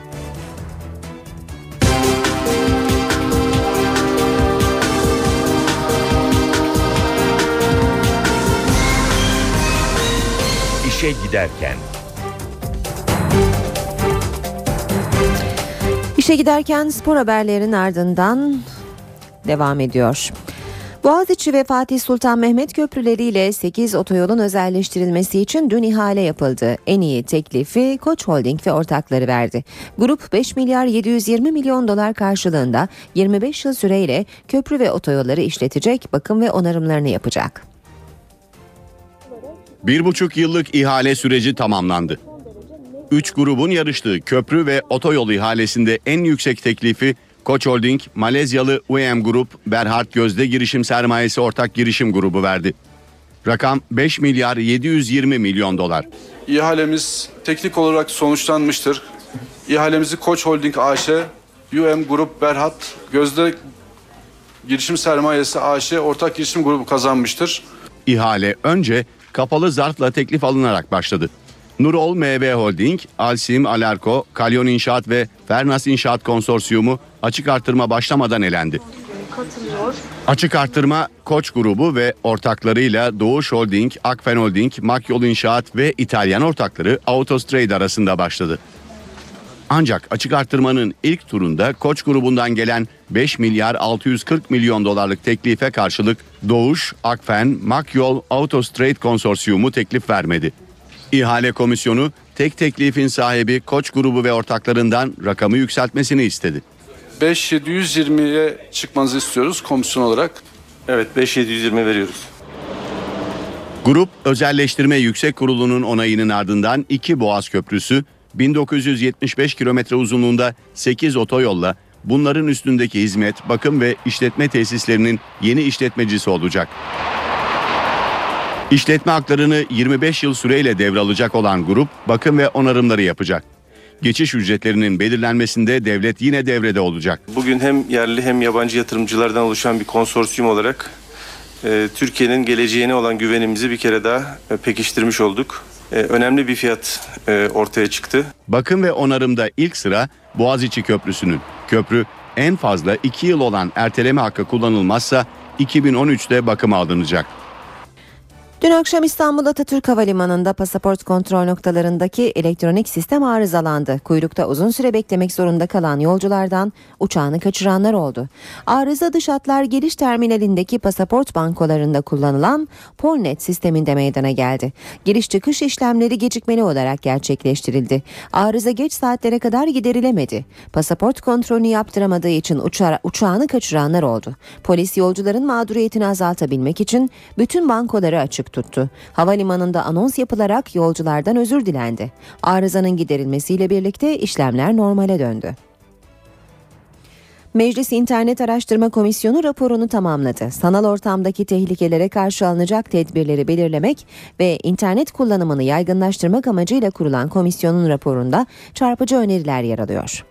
İşe giderken. İşe giderken spor haberlerinin ardından devam ediyor. Boğaziçi ve Fatih Sultan Mehmet köprüleriyle sekiz otoyolun özelleştirilmesi için dün ihale yapıldı. En iyi teklifi Koç Holding ve ortakları verdi. Grup beş milyar yedi yüz yirmi milyon dolar karşılığında yirmi beş yıl süreyle köprü ve otoyolları işletecek, bakım ve onarımlarını yapacak. Bir buçuk yıllık ihale süreci tamamlandı. Üç grubun yarıştığı köprü ve otoyol ihalesinde en yüksek teklifi Koç Holding, Malezyalı U M Grup, Berhart Gözde Girişim Sermayesi Ortak Girişim Grubu verdi. Rakam beş milyar yedi yüz yirmi milyon dolar. İhalemiz teknik olarak sonuçlanmıştır. İhalemizi Koç Holding A Ş, U M Grup, Berhart Gözde Girişim Sermayesi A Ş Ortak Girişim Grubu kazanmıştır. İhale önce kapalı zarfla teklif alınarak başladı. Nurol M B Holding, Alsim, Alarko, Kalyon İnşaat ve Fernas İnşaat Konsorsiyumu açık artırma başlamadan elendi. Katılıyor. Açık artırma Koç grubu ve ortaklarıyla Doğuş Holding, Akfen Holding, Makyol İnşaat ve İtalyan ortakları Autostrade arasında başladı. Ancak açık artırmanın ilk turunda Koç grubundan gelen beş milyar altı yüz kırk milyon dolarlık teklife karşılık Doğuş, Akfen, Makyol, Autostrade Konsorsiyumu teklif vermedi. İhale komisyonu tek teklifin sahibi Koç grubu ve ortaklarından rakamı yükseltmesini istedi. beş bin yedi yüz yirmiye çıkmanızı istiyoruz komisyon olarak. Evet, beş bin yedi yüz yirmi veriyoruz. Grup Özelleştirme Yüksek Kurulu'nun onayının ardından iki Boğaz Köprüsü, bin dokuz yüz yetmiş beş kilometre uzunluğunda sekiz otoyolla bunların üstündeki hizmet, bakım ve işletme tesislerinin yeni işletmecisi olacak. İşletme haklarını yirmi beş yıl süreyle devralacak olan grup bakım ve onarımları yapacak. Geçiş ücretlerinin belirlenmesinde devlet yine devrede olacak. Bugün hem yerli hem yabancı yatırımcılardan oluşan bir konsorsiyum olarak e, Türkiye'nin geleceğine olan güvenimizi bir kere daha e, pekiştirmiş olduk. E, önemli bir fiyat e, ortaya çıktı. Bakım ve onarımda ilk sıra Boğaziçi Köprüsü'nün. Köprü en fazla iki yıl olan erteleme hakkı kullanılmazsa iki bin on üçte bakıma alınacak. Dün akşam İstanbul Atatürk Havalimanı'nda pasaport kontrol noktalarındaki elektronik sistem arızalandı. Kuyrukta uzun süre beklemek zorunda kalan yolculardan uçağını kaçıranlar oldu. Arıza dış hatlar giriş terminalindeki pasaport bankolarında kullanılan Polnet sisteminde meydana geldi. Giriş çıkış işlemleri gecikmeli olarak gerçekleştirildi. Arıza geç saatlere kadar giderilemedi. Pasaport kontrolünü yaptıramadığı için uça- uçağını kaçıranlar oldu. Polis yolcuların mağduriyetini azaltabilmek için bütün bankoları açık tuttu. Havalimanında anons yapılarak yolculardan özür dilendi. Arızanın giderilmesiyle birlikte işlemler normale döndü. Meclis İnternet Araştırma Komisyonu raporunu tamamladı. Sanal ortamdaki tehlikelere karşı alınacak tedbirleri belirlemek ve internet kullanımını yaygınlaştırmak amacıyla kurulan komisyonun raporunda çarpıcı öneriler yer alıyor.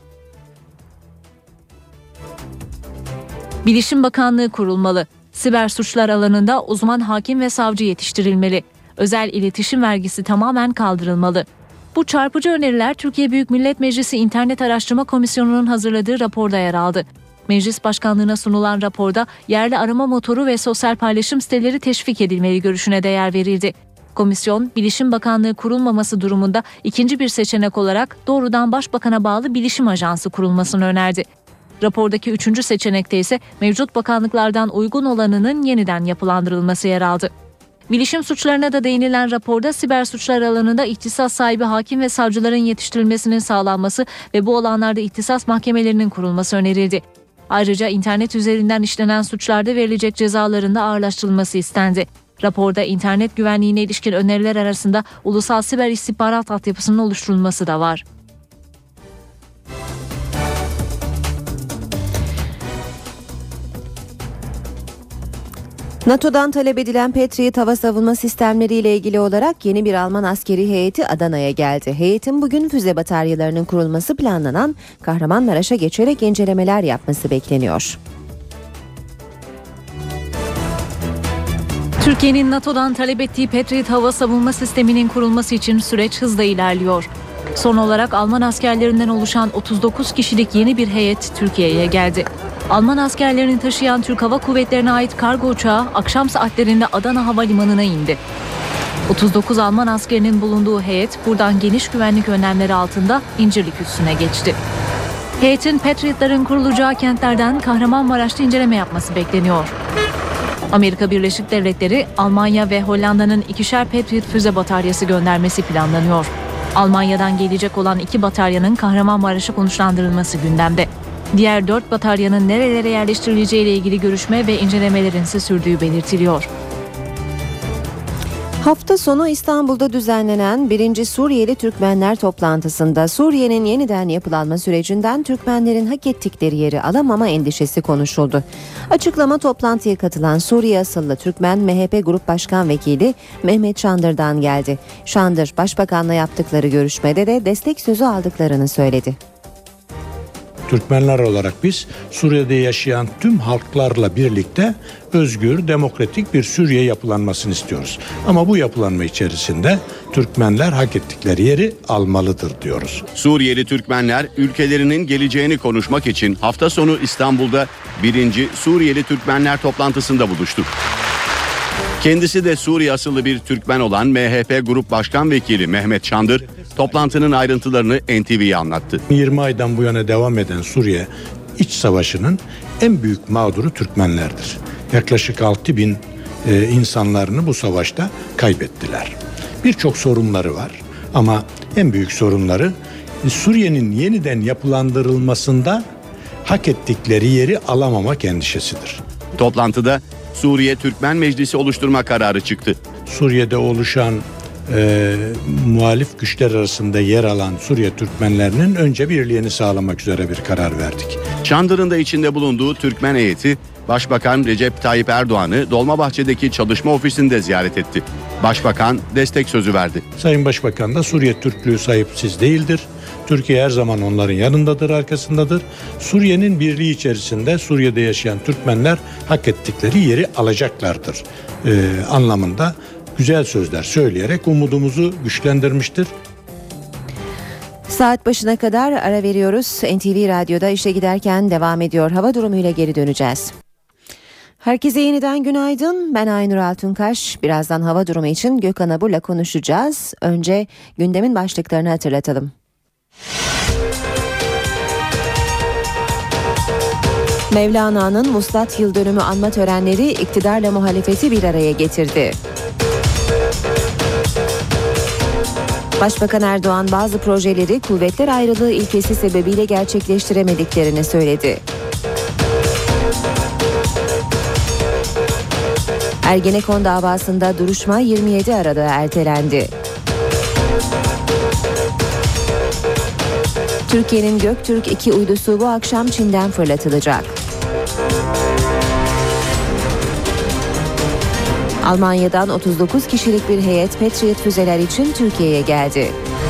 Bilişim Bakanlığı kurulmalı. Siber suçlar alanında uzman hakim ve savcı yetiştirilmeli. Özel iletişim vergisi tamamen kaldırılmalı. Bu çarpıcı öneriler Türkiye Büyük Millet Meclisi İnternet Araştırma Komisyonu'nun hazırladığı raporda yer aldı. Meclis Başkanlığı'na sunulan raporda yerli arama motoru ve sosyal paylaşım siteleri teşvik edilmeli görüşüne değer verildi. Komisyon, Bilişim Bakanlığı kurulmaması durumunda ikinci bir seçenek olarak doğrudan Başbakan'a bağlı Bilişim Ajansı kurulmasını önerdi. Rapordaki üçüncü seçenekte ise mevcut bakanlıklardan uygun olanının yeniden yapılandırılması yer aldı. Bilişim suçlarına da değinilen raporda siber suçlar alanında ihtisas sahibi hakim ve savcıların yetiştirilmesinin sağlanması ve bu alanlarda ihtisas mahkemelerinin kurulması önerildi. Ayrıca internet üzerinden işlenen suçlarda verilecek cezaların da ağırlaştırılması istendi. Raporda internet güvenliğine ilişkin öneriler arasında ulusal siber istihbarat altyapısının oluşturulması da var. NATO'dan talep edilen Patriot hava savunma sistemleriyle ilgili olarak yeni bir Alman askeri heyeti Adana'ya geldi. Heyetin bugün füze bataryalarının kurulması planlanan Kahramanmaraş'a geçerek incelemeler yapması bekleniyor. Türkiye'nin NATO'dan talep ettiği Patriot hava savunma sisteminin kurulması için süreç hızla ilerliyor. Son olarak Alman askerlerinden oluşan otuz dokuz kişilik yeni bir heyet Türkiye'ye geldi. Alman askerlerini taşıyan Türk Hava Kuvvetleri'ne ait kargo uçağı akşam saatlerinde Adana Havalimanı'na indi. otuz dokuz Alman askerinin bulunduğu heyet buradan geniş güvenlik önlemleri altında İncirlik üssüne geçti. Heyetin Patriot'ların kurulacağı kentlerden Kahramanmaraş'ta inceleme yapması bekleniyor. Amerika Birleşik Devletleri, Almanya ve Hollanda'nın ikişer Patriot füze bataryası göndermesi planlanıyor. Almanya'dan gelecek olan iki bataryanın Kahramanmaraş'a konuşlandırılması gündemde. Diğer dört bataryanın nerelere yerleştirileceği ile ilgili görüşme ve incelemelerin ise sürdüğü belirtiliyor. Hafta sonu İstanbul'da düzenlenen birinci Suriyeli Türkmenler toplantısında Suriye'nin yeniden yapılanma sürecinden Türkmenlerin hak ettikleri yeri alamama endişesi konuşuldu. Açıklama toplantıya katılan Suriye asıllı Türkmen M H P Grup Başkan Vekili Mehmet Şandır'dan geldi. Şandır, Başbakan'la yaptıkları görüşmede de destek sözü aldıklarını söyledi. Türkmenler olarak biz Suriye'de yaşayan tüm halklarla birlikte özgür, demokratik bir Suriye yapılanmasını istiyoruz. Ama bu yapılanma içerisinde Türkmenler hak ettikleri yeri almalıdır diyoruz. Suriyeli Türkmenler ülkelerinin geleceğini konuşmak için hafta sonu İstanbul'da birinci Suriyeli Türkmenler toplantısında buluştu. Kendisi de Suriye asıllı bir Türkmen olan M H P Grup Başkan Vekili Mehmet Şandır, toplantının ayrıntılarını N T V'ye anlattı. yirmi aydan bu yana devam eden Suriye iç savaşının en büyük mağduru Türkmenlerdir. Yaklaşık altı bin e, insanlarını bu savaşta kaybettiler. Birçok sorunları var ama en büyük sorunları e, Suriye'nin yeniden yapılandırılmasında hak ettikleri yeri alamamak endişesidir. Toplantıda Suriye Türkmen Meclisi oluşturma kararı çıktı. Suriye'de oluşan e, muhalif güçler arasında yer alan Suriye Türkmenlerinin önce birliğini sağlamak üzere bir karar verdik. Şandır'ın da içinde bulunduğu Türkmen heyeti Başbakan Recep Tayyip Erdoğan'ı Dolmabahçe'deki çalışma ofisinde ziyaret etti. Başbakan destek sözü verdi. Sayın Başbakan da Suriye Türklüğü sahipsiz değildir. Türkiye her zaman onların yanındadır, arkasındadır. Suriye'nin birliği içerisinde Suriye'de yaşayan Türkmenler hak ettikleri yeri alacaklardır ee, anlamında güzel sözler söyleyerek umudumuzu güçlendirmiştir. Saat başına kadar ara veriyoruz. N T V Radyo'da işe giderken devam ediyor. Hava durumuyla geri döneceğiz. Herkese yeniden günaydın. Ben Aynur Altunkaş. Birazdan hava durumu için Gökhan Abur'la konuşacağız. Önce gündemin başlıklarını hatırlatalım. Mevlana'nın Vuslat Yıl Dönümü anma törenleri iktidarla muhalefeti bir araya getirdi. Başbakan Erdoğan bazı projeleri kuvvetler ayrılığı ilkesi sebebiyle gerçekleştiremediklerini söyledi. Ergenekon davasında duruşma yirmi yedi Aralık'a ertelendi. Türkiye'nin Göktürk iki uydusu bu akşam Çin'den fırlatılacak. Almanya'dan otuz dokuz kişilik bir heyet Patriot füzeler için Türkiye'ye geldi.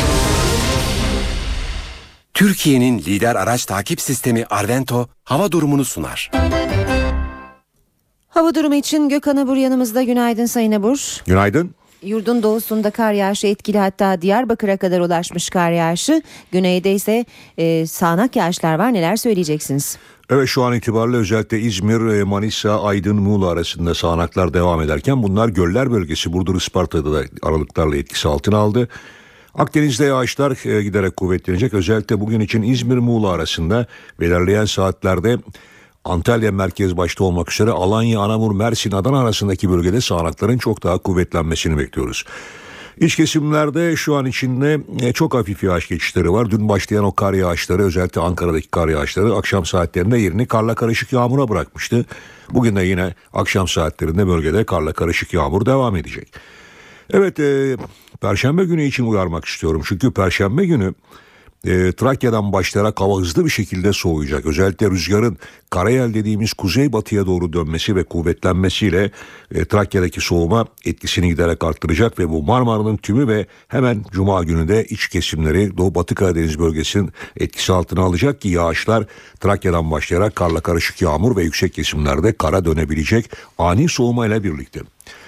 Türkiye'nin lider araç takip sistemi Arvento hava durumunu sunar. Hava durumu için Gökhan Abur yanımızda. Günaydın Sayın Abur. Günaydın. Yurdun doğusunda kar yağışı etkili, hatta Diyarbakır'a kadar ulaşmış kar yağışı. Güneyde ise e, sağanak yağışlar var. Neler söyleyeceksiniz? Evet, şu an itibariyle özellikle İzmir, Manisa, Aydın, Muğla arasında sağanaklar devam ederken bunlar göller bölgesi Burdur, Isparta'da da aralıklarla etkisi altına aldı. Akdeniz'de yağışlar e, giderek kuvvetlenecek. Özellikle bugün için İzmir, Muğla arasında ve ilerleyen saatlerde Antalya merkez başta olmak üzere Alanya, Anamur, Mersin, Adana arasındaki bölgede sağanakların çok daha kuvvetlenmesini bekliyoruz. İç kesimlerde şu an içinde çok hafif yağış geçişleri var. Dün başlayan o kar yağışları, özellikle Ankara'daki kar yağışları akşam saatlerinde yerini karla karışık yağmura bırakmıştı. Bugün de yine akşam saatlerinde bölgede karla karışık yağmur devam edecek. Evet, e, Perşembe günü için uyarmak istiyorum. Çünkü Perşembe günü e, Trakya'dan başlayarak hava hızlı bir şekilde soğuyacak. Özellikle rüzgarın karayel dediğimiz kuzeybatıya doğru dönmesi ve kuvvetlenmesiyle e, Trakya'daki soğuma etkisini giderek arttıracak ve bu Marmara'nın tümü ve hemen Cuma günü de iç kesimleri Doğu Batı Karadeniz bölgesinin etkisi altına alacak ki yağışlar Trakya'dan başlayarak karla karışık yağmur ve yüksek kesimlerde kara dönebilecek ani soğuma ile birlikte.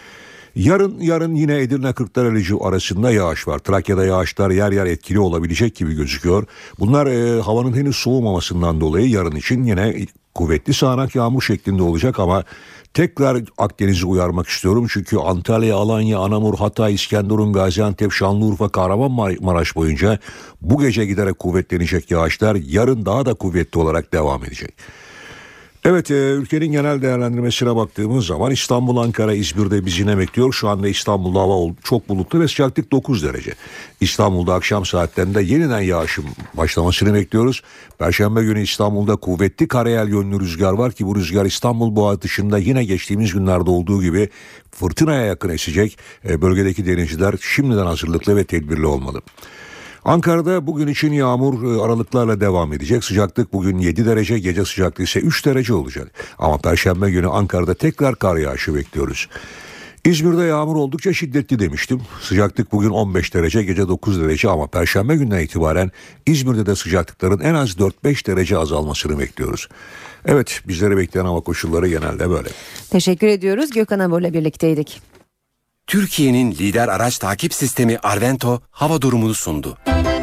Yarın yarın yine Edirne Kırklareli arasında yağış var. Trakya'da yağışlar yer yer etkili olabilecek gibi gözüküyor. Bunlar e, havanın henüz soğumamasından dolayı yarın için yine kuvvetli sağanak yağmur şeklinde olacak ama tekrar Akdeniz'i uyarmak istiyorum. Çünkü Antalya, Alanya, Anamur, Hatay, İskenderun, Gaziantep, Şanlıurfa, Kahramanmaraş boyunca bu gece giderek kuvvetlenecek yağışlar yarın daha da kuvvetli olarak devam edecek. Evet, e, ülkenin genel değerlendirmesine baktığımız zaman İstanbul, Ankara, İzmir'de bizi ne bekliyor? Şu anda İstanbul'da hava çok bulutlu ve sıcaklık dokuz derece. İstanbul'da akşam saatlerinde yeniden yağışın başlamasını bekliyoruz. Perşembe günü İstanbul'da kuvvetli karayel yönlü rüzgar var ki bu rüzgar İstanbul Boğazı dışında yine geçtiğimiz günlerde olduğu gibi fırtınaya yakın esecek. E, bölgedeki denizciler şimdiden hazırlıklı ve tedbirli olmalı. Ankara'da bugün için yağmur aralıklarla devam edecek. Sıcaklık bugün yedi derece, gece sıcaklığı ise üç derece olacak. Ama Perşembe günü Ankara'da tekrar kar yağışı bekliyoruz. İzmir'de yağmur oldukça şiddetli demiştim. Sıcaklık bugün on beş derece, gece dokuz derece ama Perşembe günden itibaren İzmir'de de sıcaklıkların en az dört beş derece azalmasını bekliyoruz. Evet, bizlere bekleyen hava koşulları genelde böyle. Teşekkür ediyoruz. Gökhan Amur'la birlikteydik. Türkiye'nin lider araç takip sistemi Arvento hava durumunu sundu.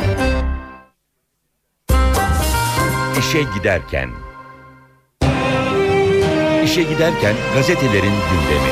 İşe giderken. İşe giderken gazetelerin gündemi.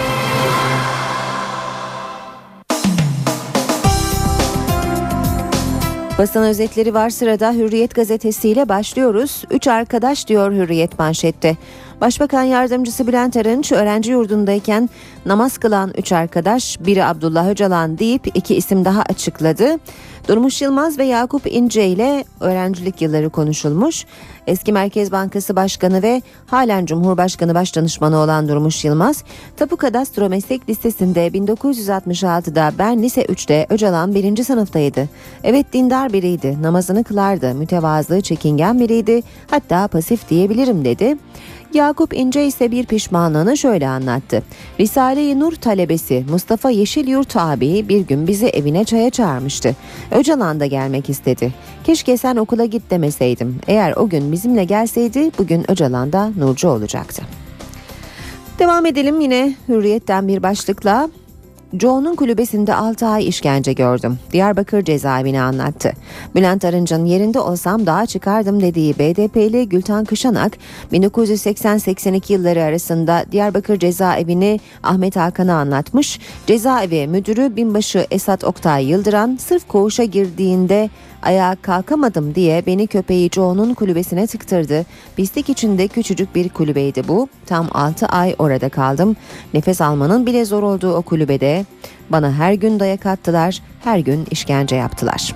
Basın özetleri var sırada. Hürriyet gazetesiyle başlıyoruz. Üç arkadaş diyor Hürriyet manşette. Başbakan Yardımcısı Bülent Arınç öğrenci yurdundayken namaz kılan üç arkadaş, biri Abdullah Öcalan deyip iki isim daha açıkladı. Durmuş Yılmaz ve Yakup İnce ile öğrencilik yılları konuşulmuş. Eski Merkez Bankası Başkanı ve halen Cumhurbaşkanı Başdanışmanı olan Durmuş Yılmaz, Tapu Kadastro Meslek Lisesi'nde bin dokuz yüz altmış altıda ben lise üçte, Öcalan birinci sınıftaydı. Evet, dindar biriydi, namazını kılardı, mütevazı, çekingen biriydi, hatta pasif diyebilirim dedi. Yakup İnce ise bir pişmanlığını şöyle anlattı. Risale-i Nur talebesi Mustafa Yeşilyurt abi bir gün bizi evine çaya çağırmıştı. Öcalan da gelmek istedi. Keşke sen okula git demeseydim. Eğer o gün bizimle gelseydi bugün Öcalan da nurcu olacaktı. Devam edelim yine Hürriyet'ten bir başlıkla. Joe'nun kulübesinde altı ay işkence gördüm. Diyarbakır cezaevini anlattı. Bülent Arınç'ın yerinde olsam dağa çıkardım dediği B D P'li Gülten Kışanak, bin dokuz yüz seksen seksen iki yılları arasında Diyarbakır cezaevini Ahmet Hakan'a anlatmış. Cezaevi müdürü binbaşı Esat Oktay Yıldıran, sırf koğuşa girdiğinde ayağa kalkamadım diye beni köpeği Joe'nun kulübesine tıktırdı. Pislik içinde küçücük bir kulübeydi bu. Tam altı ay orada kaldım. Nefes almanın bile zor olduğu o kulübede bana her gün dayak attılar, her gün işkence yaptılar.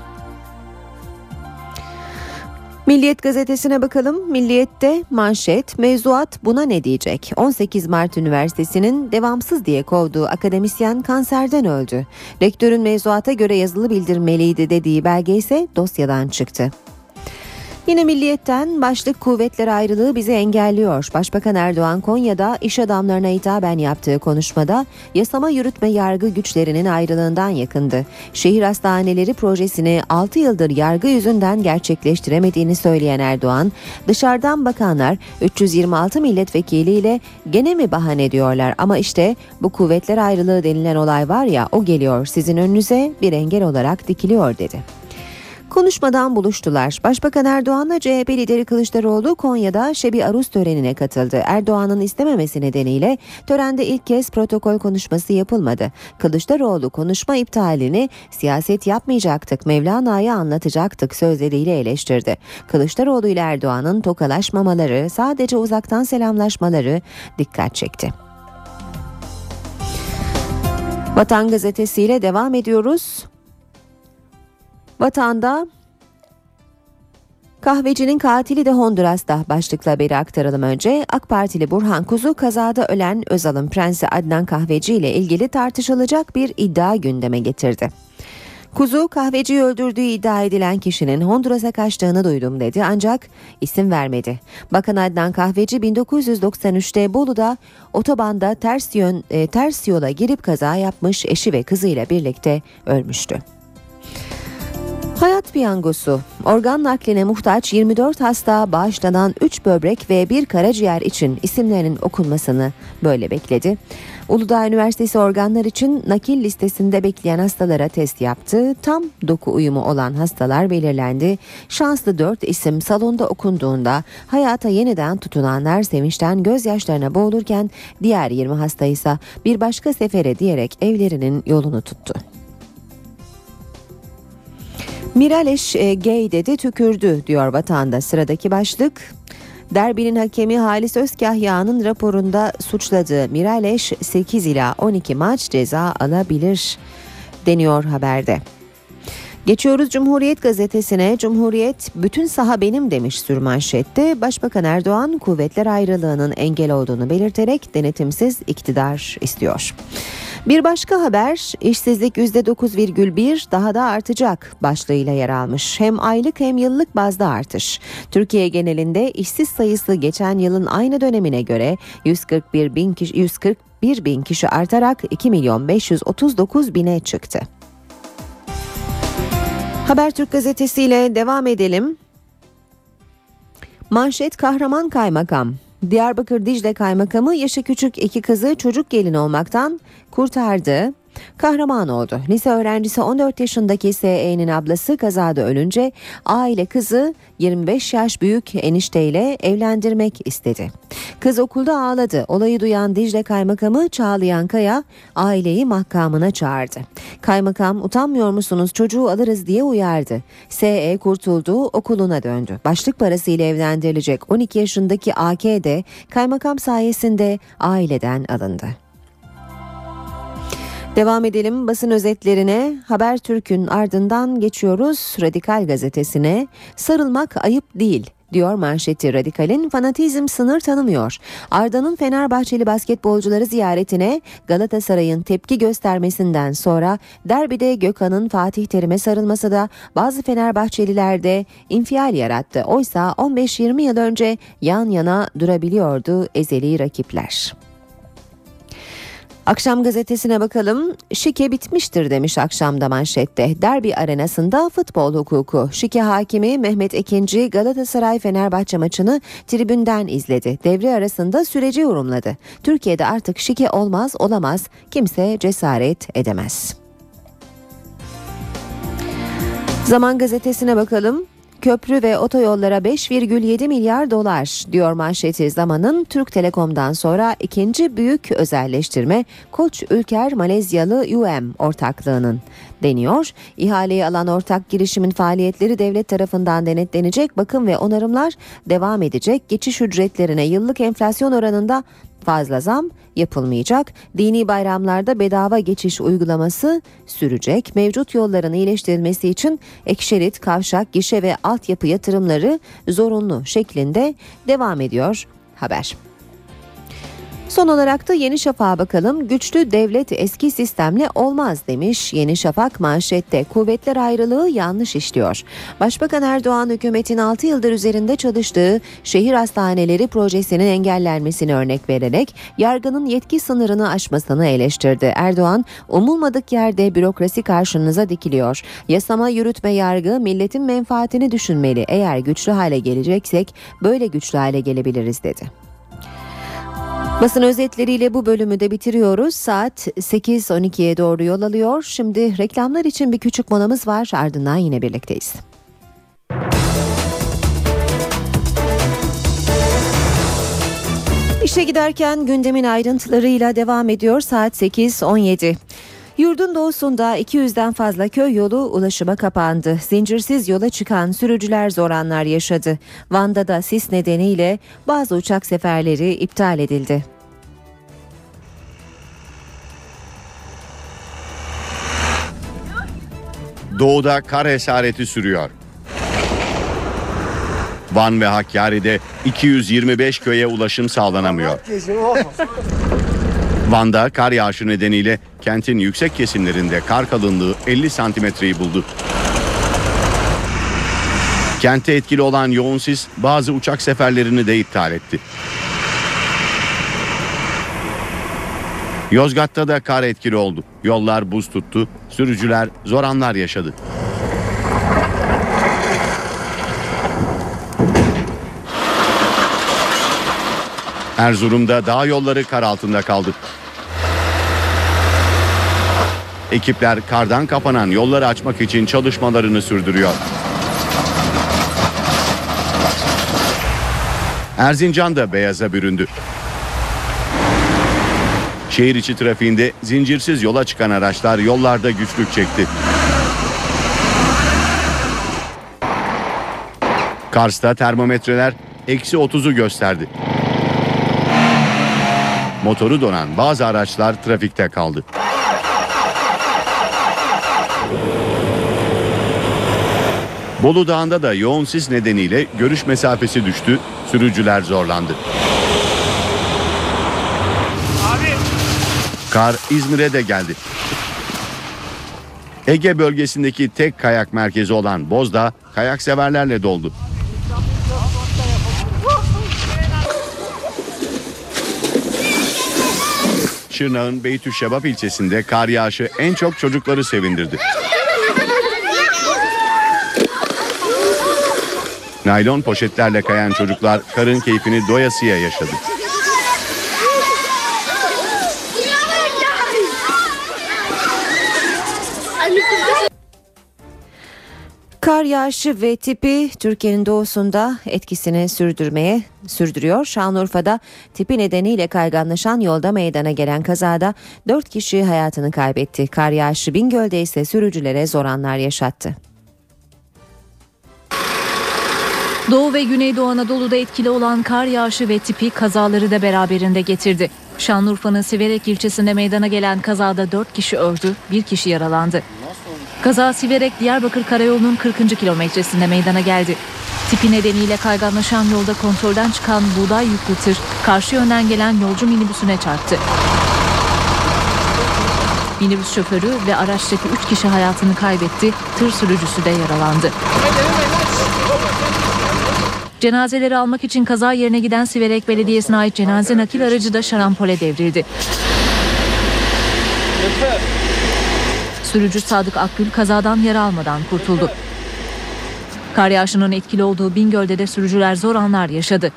Milliyet gazetesine bakalım. Milliyet'te manşet, mevzuat buna ne diyecek? on sekiz Mart Üniversitesi'nin devamsız diye kovduğu akademisyen kanserden öldü. Rektörün mevzuata göre yazılı bildirmeliydi dediği belge ise dosyadan çıktı. Yine Milliyet'ten başlık kuvvetler ayrılığı bizi engelliyor. Başbakan Erdoğan Konya'da iş adamlarına hitaben yaptığı konuşmada yasama yürütme yargı güçlerinin ayrılığından yakındı. Şehir hastaneleri projesini altı yıldır yargı yüzünden gerçekleştiremediğini söyleyen Erdoğan, dışarıdan bakanlar üç yüz yirmi altı milletvekiliyle gene mi bahane ediyorlar ama işte bu kuvvetler ayrılığı denilen olay var ya, o geliyor sizin önünüze bir engel olarak dikiliyor dedi. Konuşmadan buluştular. Başbakan Erdoğan'la C H P lideri Kılıçdaroğlu Konya'da Şebi Aruz törenine katıldı. Erdoğan'ın istememesi nedeniyle törende ilk kez protokol konuşması yapılmadı. Kılıçdaroğlu konuşma iptalini siyaset yapmayacaktık, Mevlana'yı anlatacaktık sözleriyle eleştirdi. Kılıçdaroğlu ile Erdoğan'ın tokalaşmamaları, sadece uzaktan selamlaşmaları dikkat çekti. Vatan gazetesiyle devam ediyoruz. Vatan'da kahvecinin katili de Honduras'ta başlıklı haberi aktaralım önce. AK Partili Burhan Kuzu kazada ölen Özal'ın prensi Adnan Kahveci ile ilgili tartışılacak bir iddia gündeme getirdi. Kuzu, kahveciyi öldürdüğü iddia edilen kişinin Honduras'a kaçtığını duydum dedi ancak isim vermedi. Bakan Adnan Kahveci bin dokuz yüz doksan üçte Bolu'da otobanda ters yön e, ters yola girip kaza yapmış, eşi ve kızıyla birlikte ölmüştü. Hayat piyangosu. Organ nakline muhtaç yirmi dört hasta bağışlanan üç böbrek ve bir karaciğer için isimlerinin okunmasını böyle bekledi. Uludağ Üniversitesi organlar için nakil listesinde bekleyen hastalara test yaptı. Tam doku uyumu olan hastalar belirlendi. Şanslı dört isim salonda okunduğunda hayata yeniden tutunanlar sevinçten gözyaşlarına boğulurken diğer yirmi hasta ise bir başka sefere diyerek evlerinin yolunu tuttu. Miraleş e, gay dedi, tükürdü diyor Vatan'da sıradaki başlık. Derbinin hakemi Halis Özkahya'nın raporunda suçladığı Miraleş sekiz ila on iki maç ceza alabilir deniyor haberde. Geçiyoruz Cumhuriyet gazetesine. Cumhuriyet bütün saha benim demiş sürmanşette. Başbakan Erdoğan kuvvetler ayrılığının engel olduğunu belirterek denetimsiz iktidar istiyor. Bir başka haber, işsizlik yüzde dokuz virgül bir daha da artacak başlığıyla yer almış. Hem aylık hem yıllık bazda artış. Türkiye genelinde işsiz sayısı geçen yılın aynı dönemine göre yüz kırk bir bin kişi, yüz kırk bir bin kişi artarak iki milyon beş yüz otuz dokuz bine çıktı. Habertürk gazetesiyle devam edelim. Manşet kahraman kaymakam. Diyarbakır Dicle Kaymakamı yaşı küçük iki kızı çocuk gelin olmaktan kurtardı. Kahraman oldu. Lise öğrencisi on dört yaşındaki S E'nin ablası kazada ölünce aile kızı yirmi beş yaş büyük enişteyle evlendirmek istedi. Kız okulda ağladı. Olayı duyan Dicle Kaymakamı Çağlayan Kaya aileyi makamına çağırdı. Kaymakam utanmıyor musunuz çocuğu alırız diye uyardı. S E kurtuldu, okuluna döndü. Başlık parasıyla evlendirilecek on iki yaşındaki A K de kaymakam sayesinde aileden alındı. Devam edelim basın özetlerine. Habertürk'ün ardından geçiyoruz Radikal gazetesine. Sarılmak ayıp değil diyor manşeti Radikal'in. Fanatizm sınır tanımıyor. Arda'nın Fenerbahçeli basketbolcuları ziyaretine Galatasaray'ın tepki göstermesinden sonra derbide Gökhan'ın Fatih Terim'e sarılması da bazı Fenerbahçelilerde infial yarattı. Oysa on beş yirmi yıl önce yan yana durabiliyordu ezeli rakipler. Akşam gazetesine bakalım. Şike bitmiştir demiş akşamda manşette. Derbi arenasında futbol hukuku. Şike hakimi Mehmet Ekinci Galatasaray-Fenerbahçe maçını tribünden izledi. Devre arasında süreci yorumladı. Türkiye'de artık şike olmaz olamaz. Kimse cesaret edemez. Zaman gazetesine bakalım. Köprü ve otoyollara beş virgül yedi milyar dolar diyor manşeti Zaman'ın. Türk Telekom'dan sonra ikinci büyük özelleştirme Koç Ülker Malezyalı U M ortaklığının deniyor. İhaleyi alan ortak girişimin faaliyetleri devlet tarafından denetlenecek, bakım ve onarımlar devam edecek. Geçiş ücretlerine yıllık enflasyon oranında fazla zam yapılmayacak. Dini bayramlarda bedava geçiş uygulaması sürecek. Mevcut yolların iyileştirilmesi için ek şerit, kavşak, gişe ve altyapı yatırımları zorunlu şeklinde devam ediyor haber. Son olarak da Yeni Şafak'a bakalım. Güçlü devlet eski sistemle olmaz demiş. Yeni Şafak manşette kuvvetler ayrılığı yanlış işliyor. Başbakan Erdoğan hükümetin altı yıldır üzerinde çalıştığı şehir hastaneleri projesinin engellenmesini örnek vererek yargının yetki sınırını aşmasını eleştirdi. Erdoğan, umulmadık yerde bürokrasi karşınıza dikiliyor. Yasama, yürütme, yargı milletin menfaatini düşünmeli. Eğer güçlü hale geleceksek böyle güçlü hale gelebiliriz dedi. Basın özetleriyle bu bölümü de bitiriyoruz. Saat sekiz on ikiye doğru yol alıyor. Şimdi reklamlar için bir küçük molamız var. Ardından yine birlikteyiz. İşe giderken gündemin ayrıntılarıyla devam ediyor. Saat sekiz on yedi. Yurdun doğusunda iki yüzden fazla köy yolu ulaşıma kapandı. Zincirsiz yola çıkan sürücüler zor anlar yaşadı. Van'da da sis nedeniyle bazı uçak seferleri iptal edildi. Doğuda kar esareti sürüyor. Van ve Hakkari'de iki yüz yirmi beş köye ulaşım sağlanamıyor. Van'da kar yağışı nedeniyle kentin yüksek kesimlerinde kar kalınlığı elli santimetreyi buldu. Kente etkili olan yoğun sis bazı uçak seferlerini de iptal etti. Yozgat'ta da kar etkili oldu. Yollar buz tuttu, sürücüler zor anlar yaşadı. Erzurum'da dağ yolları kar altında kaldı. Ekipler kardan kapanan yolları açmak için çalışmalarını sürdürüyor. Erzincan da beyaza büründü. Şehir içi trafiğinde zincirsiz yola çıkan araçlar yollarda güçlük çekti. Kars'ta termometreler eksi otuzu gösterdi. Motoru donan bazı araçlar trafikte kaldı. Bolu Dağı'nda da yoğun sis nedeniyle görüş mesafesi düştü, sürücüler zorlandı. Kar İzmir'e de geldi. Ege bölgesindeki tek kayak merkezi olan Bozdağ, kayak severlerle doldu. Şırnak'ın Beytüşşebap ilçesinde kar yağışı en çok çocukları sevindirdi. Naylon poşetlerle kayan çocuklar karın keyfini doyasıya yaşadı. Kar yağışı ve tipi Türkiye'nin doğusunda etkisini sürdürmeye sürdürüyor. Şanlıurfa'da tipi nedeniyle kayganlaşan yolda meydana gelen kazada dört kişi hayatını kaybetti. Kar yağışı Bingöl'de ise sürücülere zor anlar yaşattı. Doğu ve Güneydoğu Anadolu'da etkili olan kar yağışı ve tipi kazaları da beraberinde getirdi. Şanlıurfa'nın Siverek ilçesinde meydana gelen kazada dört kişi öldü, bir kişi yaralandı. Kaza Siverek Diyarbakır Karayolu'nun kırkıncı kilometresinde meydana geldi. Tipi nedeniyle kayganlaşan yolda kontrolden çıkan buğday yüklü tır karşı yönden gelen yolcu minibüsüne çarptı. Minibüs şoförü ve araçtaki üç kişi hayatını kaybetti, tır sürücüsü de yaralandı. Cenazeleri almak için kaza yerine giden Siverek Belediyesi'ne ait cenaze nakil aracı da şarampole devrildi. Sürücü Sadık Akgül kazadan yara almadan kurtuldu. Kar yağışının etkili olduğu Bingöl'de de sürücüler zor anlar yaşadı.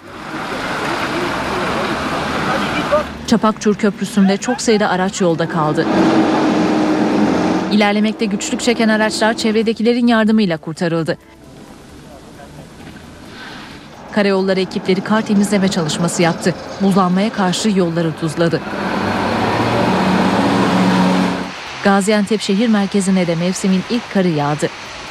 Çapakçur Köprüsü'nde çok sayıda araç yolda kaldı. İlerlemekte güçlük çeken araçlar çevredekilerin yardımıyla kurtarıldı. Karayolları ekipleri kar temizleme çalışması yaptı. Buzlanmaya karşı yolları tuzladı. Gaziantep şehir merkezine de mevsimin ilk karı yağdı.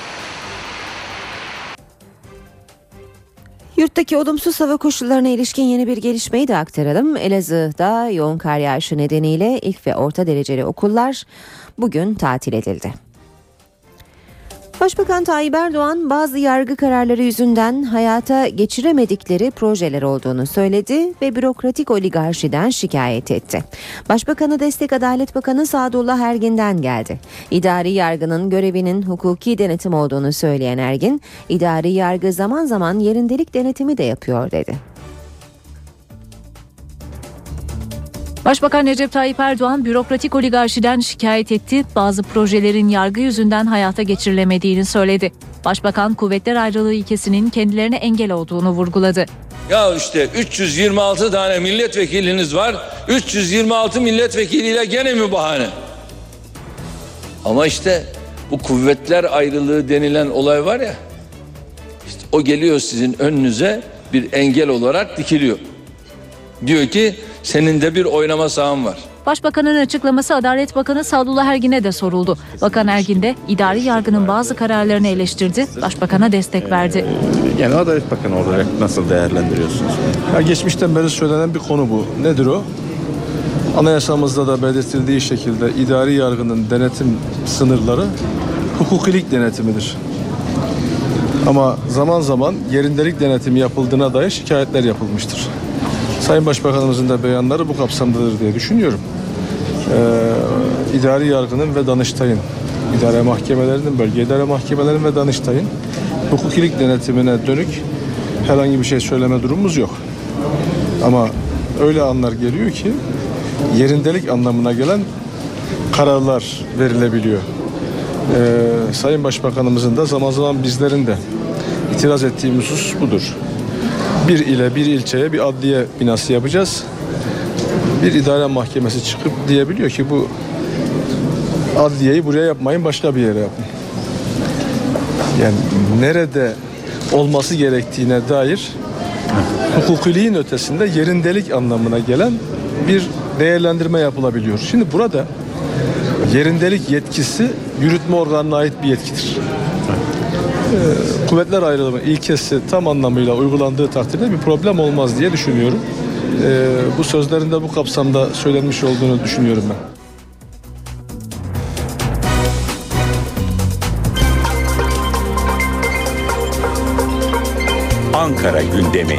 Yurttaki olumsuz hava koşullarına ilişkin yeni bir gelişmeyi de aktaralım. Elazığ'da yoğun kar yağışı nedeniyle ilk ve orta dereceli okullar bugün tatil edildi. Başbakan Tayyip Erdoğan bazı yargı kararları yüzünden hayata geçiremedikleri projeler olduğunu söyledi ve bürokratik oligarşiden şikayet etti. Başbakanı destek Adalet Bakanı Sadullah Ergin'den geldi. İdari yargının görevinin hukuki denetim olduğunu söyleyen Ergin, idari yargı zaman zaman yerindelik denetimi de yapıyor dedi. Başbakan Recep Tayyip Erdoğan bürokratik oligarşiden şikayet etti, bazı projelerin yargı yüzünden hayata geçirilemediğini söyledi. Başbakan kuvvetler ayrılığı ilkesinin kendilerine engel olduğunu vurguladı. Ya işte üç yüz yirmi altı tane milletvekiliniz var, üç yüz yirmi altı milletvekiliyle gene mi bahane? Ama işte bu kuvvetler ayrılığı denilen olay var ya, işte o geliyor sizin önünüze bir engel olarak dikiliyor. Diyor ki senin de bir oynama sahan var. Başbakanın açıklaması Adalet Bakanı Sadullah Ergin'e de soruldu. Bakan Ergin de idari yargının bazı kararlarını eleştirdi, Başbakan'a destek verdi. Yani Adalet Bakanı olarak nasıl değerlendiriyorsunuz? Ya geçmişten beri söylenen bir konu bu. Nedir o? Anayasamızda da belirtildiği şekilde idari yargının denetim sınırları hukukilik denetimidir. Ama zaman zaman yerindelik denetimi yapıldığına dair şikayetler yapılmıştır. Sayın Başbakanımızın da beyanları bu kapsamdadır diye düşünüyorum. Ee, idari yargının ve Danıştay'ın, idare mahkemelerinin, bölge idare mahkemelerinin ve Danıştay'ın hukukilik denetimine dönük herhangi bir şey söyleme durumumuz yok. Ama öyle anlar geliyor ki yerindelik anlamına gelen kararlar verilebiliyor. Ee, Sayın Başbakanımızın da zaman zaman bizlerin de itiraz ettiği husus budur. Bir ile bir ilçeye bir adliye binası yapacağız. Bir idare mahkemesi çıkıp diyebiliyor ki bu adliyeyi buraya yapmayın, başka bir yere yapın. Yani nerede olması gerektiğine dair hukukiliğin ötesinde yerindelik anlamına gelen bir değerlendirme yapılabiliyor. Şimdi burada yerindelik yetkisi yürütme organına ait bir yetkidir. Ee, kuvvetler ayrılımı ilkesi tam anlamıyla uygulandığı takdirde bir problem olmaz diye düşünüyorum. Ee, bu sözlerin de bu kapsamda söylenmiş olduğunu düşünüyorum ben. Ankara gündemi.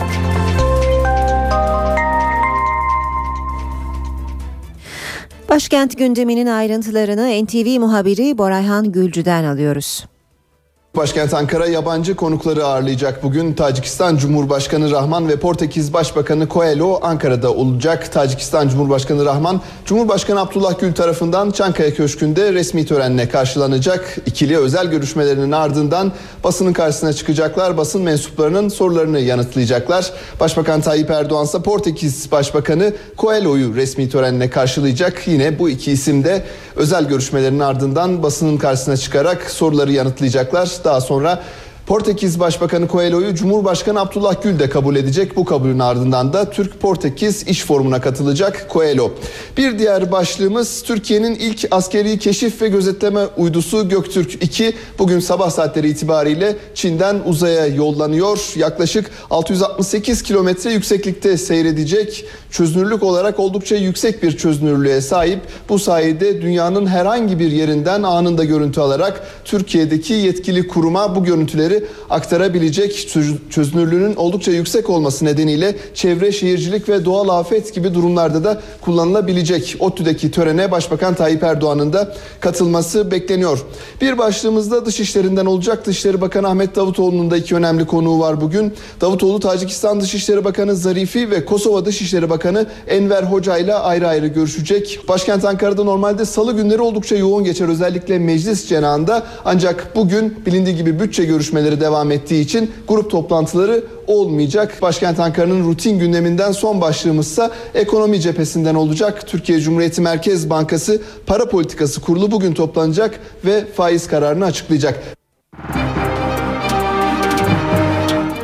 Başkent gündeminin ayrıntılarını N T V muhabiri Borayhan Gülcü'den alıyoruz. Başkent Ankara yabancı konukları ağırlayacak bugün. Tacikistan Cumhurbaşkanı Rahman ve Portekiz Başbakanı Coelho Ankara'da olacak. Tacikistan Cumhurbaşkanı Rahman, Cumhurbaşkanı Abdullah Gül tarafından Çankaya Köşkü'nde resmi törenle karşılanacak. İkili özel görüşmelerinin ardından basının karşısına çıkacaklar. Basın mensuplarının sorularını yanıtlayacaklar. Başbakan Tayyip Erdoğan ise Portekiz Başbakanı Coelho'yu resmi törenle karşılayacak. Yine bu iki isim de özel görüşmelerin ardından basının karşısına çıkarak soruları yanıtlayacaklar. Daha sonra Portekiz Başbakanı Coelho'yu Cumhurbaşkanı Abdullah Gül de kabul edecek. Bu kabulün ardından da Türk-Portekiz İş Forumu'na katılacak Coelho. Bir diğer başlığımız Türkiye'nin ilk askeri keşif ve gözetleme uydusu Göktürk iki bugün sabah saatleri itibariyle Çin'den uzaya yollanıyor. Yaklaşık altı yüz altmış sekiz kilometre yükseklikte seyredecek. Çözünürlük olarak oldukça yüksek bir çözünürlüğe sahip. Bu sayede dünyanın herhangi bir yerinden anında görüntü alarak Türkiye'deki yetkili kuruma bu görüntüleri aktarabilecek. Çözünürlüğünün oldukça yüksek olması nedeniyle çevre, şehircilik ve doğal afet gibi durumlarda da kullanılabilecek. ODTÜ'deki törene Başbakan Tayyip Erdoğan'ın da katılması bekleniyor. Bir başlığımızda dışişlerinden olacak. Dışişleri Bakanı Ahmet Davutoğlu'nun da iki önemli konuğu var bugün. Davutoğlu Tacikistan Dışişleri Bakanı Zarifi ve Kosova Dışişleri Bakanı Enver Hoca ile ayrı ayrı görüşecek. Başkent Ankara'da normalde salı günleri oldukça yoğun geçer, özellikle meclis cenahında. Ancak bugün bilindiği gibi bütçe görüşmeleri devam ettiği için grup toplantıları olmayacak. Başkent Ankara'nın rutin gündeminden son başlığımızsa ekonomi cephesinden olacak. Türkiye Cumhuriyeti Merkez Bankası Para Politikası Kurulu bugün toplanacak ve faiz kararını açıklayacak.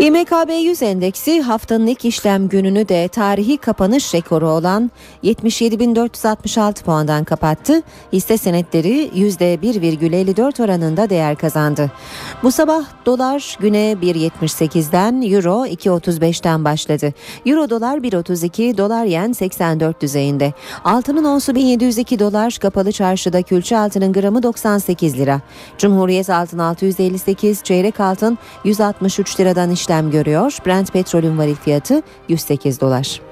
İ M K B yüz endeksi haftanın ilk işlem gününü de tarihi kapanış rekoru olan yetmiş yedi bin dört yüz altmış altı puandan kapattı. Hisse senetleri yüzde bir virgül elli dört oranında değer kazandı. Bu sabah dolar güne bir virgül yetmiş sekizden, euro iki virgül otuz beşten başladı. Euro dolar bir virgül otuz iki, dolar yen seksen dört düzeyinde. Altının onsu bin yedi yüz iki dolar, kapalı çarşıda külçe altının gramı doksan sekiz lira. Cumhuriyet altın altı yüz elli sekiz, çeyrek altın yüz altmış üç liradan işlem görüyor. Brent petrolün varil fiyatı yüz sekiz dolar.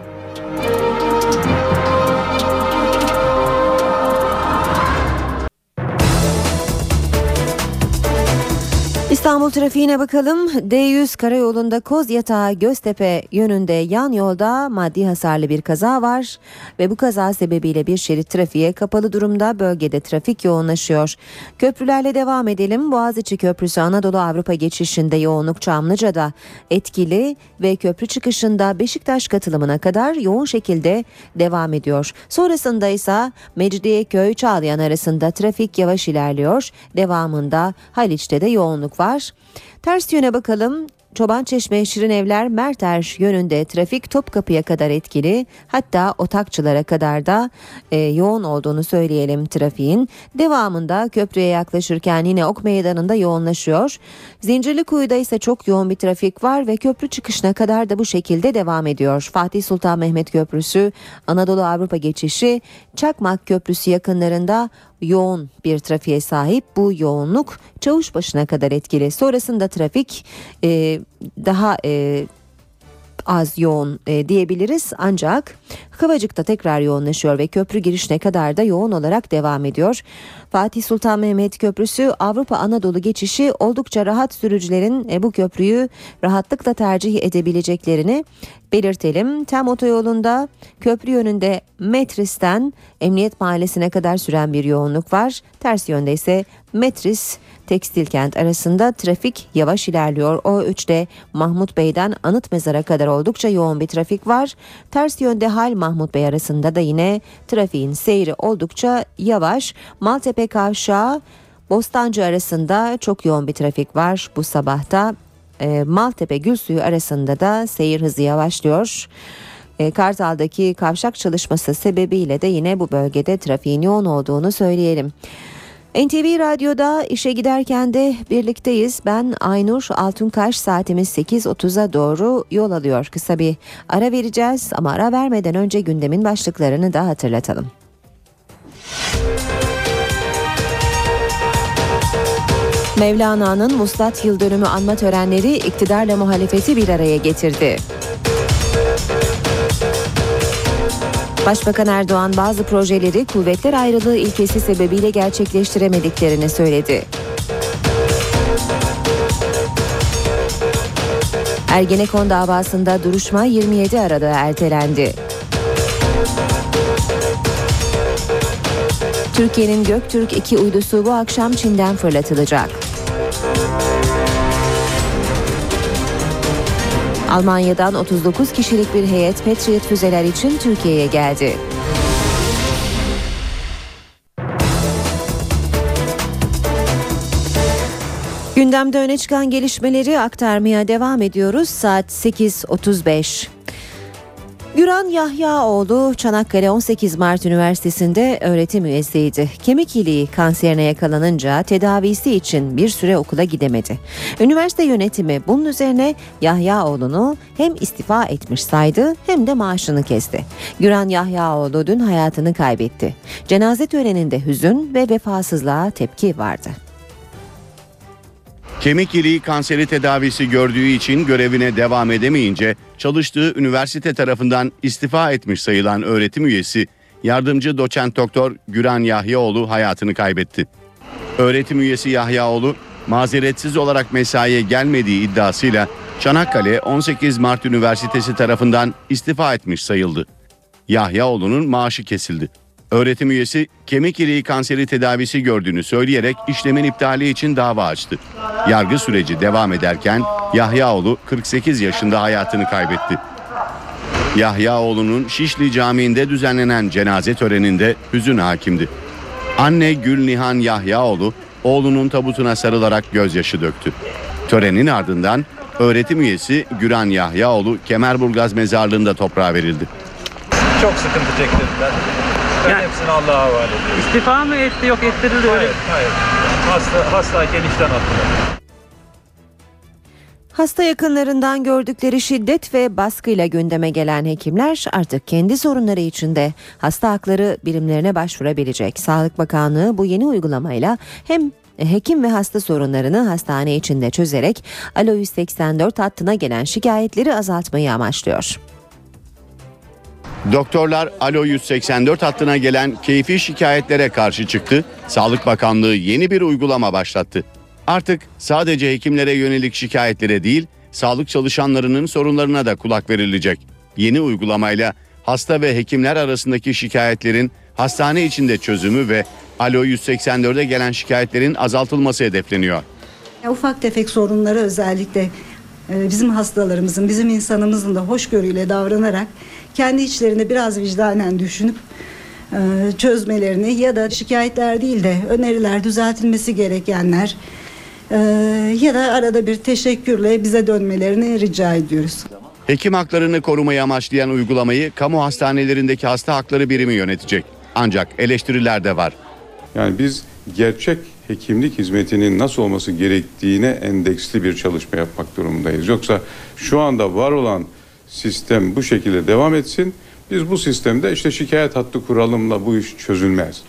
İstanbul trafiğine bakalım. D yüz karayolunda Kozyatağı Göztepe yönünde yan yolda maddi hasarlı bir kaza var ve bu kaza sebebiyle bir şerit trafiğe kapalı durumda. Bölgede trafik yoğunlaşıyor. Köprülerle devam edelim. Boğaziçi Köprüsü Anadolu Avrupa geçişinde yoğunluk Çamlıca'da etkili ve köprü çıkışında Beşiktaş katılımına kadar yoğun şekilde devam ediyor. Sonrasında ise Mecidiyeköy Çağlayan arasında trafik yavaş ilerliyor. Devamında Haliç'te de yoğunluk var. Ters yöne bakalım. Çobançeşme Şirinevler Merter yönünde trafik Topkapı'ya kadar etkili, hatta Otakçılar'a kadar da e, yoğun olduğunu söyleyelim trafiğin. Devamında köprüye yaklaşırken yine Ok Meydanı'nda yoğunlaşıyor. Zincirlikuyu'da ise çok yoğun bir trafik var ve köprü çıkışına kadar da bu şekilde devam ediyor. Fatih Sultan Mehmet Köprüsü, Anadolu Avrupa geçişi, Çakmak Köprüsü yakınlarında yoğun bir trafiğe sahip. Bu yoğunluk Çavuşbaşı'na kadar etkili. Sonrasında trafik e, daha e, az yoğun e, diyebiliriz, ancak Kıvacık'ta tekrar yoğunlaşıyor ve köprü girişine kadar da yoğun olarak devam ediyor. Fatih Sultan Mehmet Köprüsü Avrupa Anadolu geçişi oldukça rahat, sürücülerin e, bu köprüyü rahatlıkla tercih edebileceklerini belirtelim. Tem otoyolunda köprü yönünde Metris'ten Emniyet Mahallesi'ne kadar süren bir yoğunluk var. Ters yönde ise Metris Tekstilkent arasında trafik yavaş ilerliyor. O üçte Mahmut Bey'den Anıt Mezar'a kadar oldukça yoğun bir trafik var. Ters yönde Hal Mahmut Bey arasında da yine trafiğin seyri oldukça yavaş. Maltepe Kavşağı Bostancı arasında çok yoğun bir trafik var. Bu sabahta e, Maltepe Gülsuyu arasında da seyir hızı yavaşlıyor. E, Kartal'daki kavşak çalışması sebebiyle de yine bu bölgede trafiğin yoğun olduğunu söyleyelim. N T V Radyo'da işe giderken de birlikteyiz. Ben Aynur Altunkaş, saatimiz sekiz otuza doğru yol alıyor. Kısa bir ara vereceğiz ama ara vermeden önce gündemin başlıklarını da hatırlatalım. Mevlana'nın Vuslat Yıldönümü anma törenleri iktidarla muhalefeti bir araya getirdi. Başbakan Erdoğan bazı projeleri kuvvetler ayrılığı ilkesi sebebiyle gerçekleştiremediklerini söyledi. Ergenekon davasında duruşma yirmi yedi Aralık'a ertelendi. Türkiye'nin Göktürk iki uydusu bu akşam Çin'den fırlatılacak. Almanya'dan otuz dokuz kişilik bir heyet Patriot füzeler için Türkiye'ye geldi. Gündemde öne çıkan gelişmeleri aktarmaya devam ediyoruz. Saat sekiz otuz beş. Güran Yahyaoğlu Çanakkale on sekiz Mart Üniversitesi'nde öğretim üyesiydi. Kemik iliği kanserine yakalanınca tedavisi için bir süre okula gidemedi. Üniversite yönetimi bunun üzerine Yahyaoğlu'nu hem istifa etmiş saydı hem de maaşını kesti. Güran Yahyaoğlu dün hayatını kaybetti. Cenaze töreninde hüzün ve vefasızlığa tepki vardı. Kemik iliği kanseri tedavisi gördüğü için görevine devam edemeyince çalıştığı üniversite tarafından istifa etmiş sayılan öğretim üyesi yardımcı doçent doktor Güran Yahyaoğlu hayatını kaybetti. Öğretim üyesi Yahyaoğlu mazeretsiz olarak mesaiye gelmediği iddiasıyla Çanakkale on sekiz Mart Üniversitesi tarafından istifa etmiş sayıldı. Yahyaoğlu'nun maaşı kesildi. Öğretim üyesi kemik iliği kanseri tedavisi gördüğünü söyleyerek işlemin iptali için dava açtı. Yargı süreci devam ederken Yahyaoğlu kırk sekiz yaşında hayatını kaybetti. Yahyaoğlu'nun Şişli Camii'nde düzenlenen cenaze töreninde hüzün hakimdi. Anne Gülnihan Yahyaoğlu oğlunun tabutuna sarılarak gözyaşı döktü. Törenin ardından Öğretim üyesi Güran Yahyaoğlu Kemerburgaz mezarlığında toprağa verildi. Çok sıkıntı çektirdiler. Ben yani, hepsini Allah'a havale ediyorum. İstifa mı etti, yok ettirildi öyle? Hayır, hayır. Hasta, hastayken işten attılar. Hasta yakınlarından gördükleri şiddet ve baskıyla gündeme gelen hekimler artık kendi sorunları içinde hasta hakları birimlerine başvurabilecek. Sağlık Bakanlığı bu yeni uygulamayla hem hekim ve hasta sorunlarını hastane içinde çözerek Alo yüz seksen dört hattına gelen şikayetleri azaltmayı amaçlıyor. Doktorlar Alo yüz seksen dört hattına gelen keyfi şikayetlere karşı çıktı. Sağlık Bakanlığı yeni bir uygulama başlattı. Artık sadece hekimlere yönelik şikayetlere değil, sağlık çalışanlarının sorunlarına da kulak verilecek. Yeni uygulamayla hasta ve hekimler arasındaki şikayetlerin hastane içinde çözümü ve Alo yüz seksen dörde gelen şikayetlerin azaltılması hedefleniyor. Ufak tefek sorunları özellikle bizim hastalarımızın, bizim insanımızın da hoşgörüyle davranarak kendi içlerinde biraz vicdanen düşünüp çözmelerini ya da şikayetler değil de öneriler, düzeltilmesi gerekenler ya da arada bir teşekkürle bize dönmelerini rica ediyoruz. Hekim haklarını korumayı amaçlayan uygulamayı kamu hastanelerindeki hasta hakları birimi yönetecek. Ancak eleştiriler de var. Yani biz gerçek hekimlik hizmetinin nasıl olması gerektiğine endeksli bir çalışma yapmak durumundayız. Yoksa şu anda var olan sistem bu şekilde devam etsin. Biz bu sistemde işte şikayet hattı kuralımla bu iş çözülmez.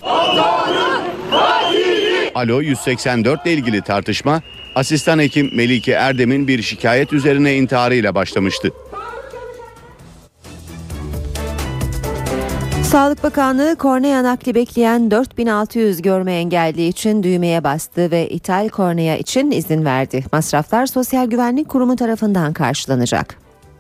Alo yüz seksen dört ile ilgili tartışma asistan hekim Melike Erdem'in bir şikayet üzerine intiharıyla başlamıştı. Sağlık Bakanlığı kornea nakli bekleyen dört bin altı yüz görme engelli için düğmeye bastı ve ithal kornea için izin verdi. Masraflar Sosyal Güvenlik Kurumu tarafından karşılanacak.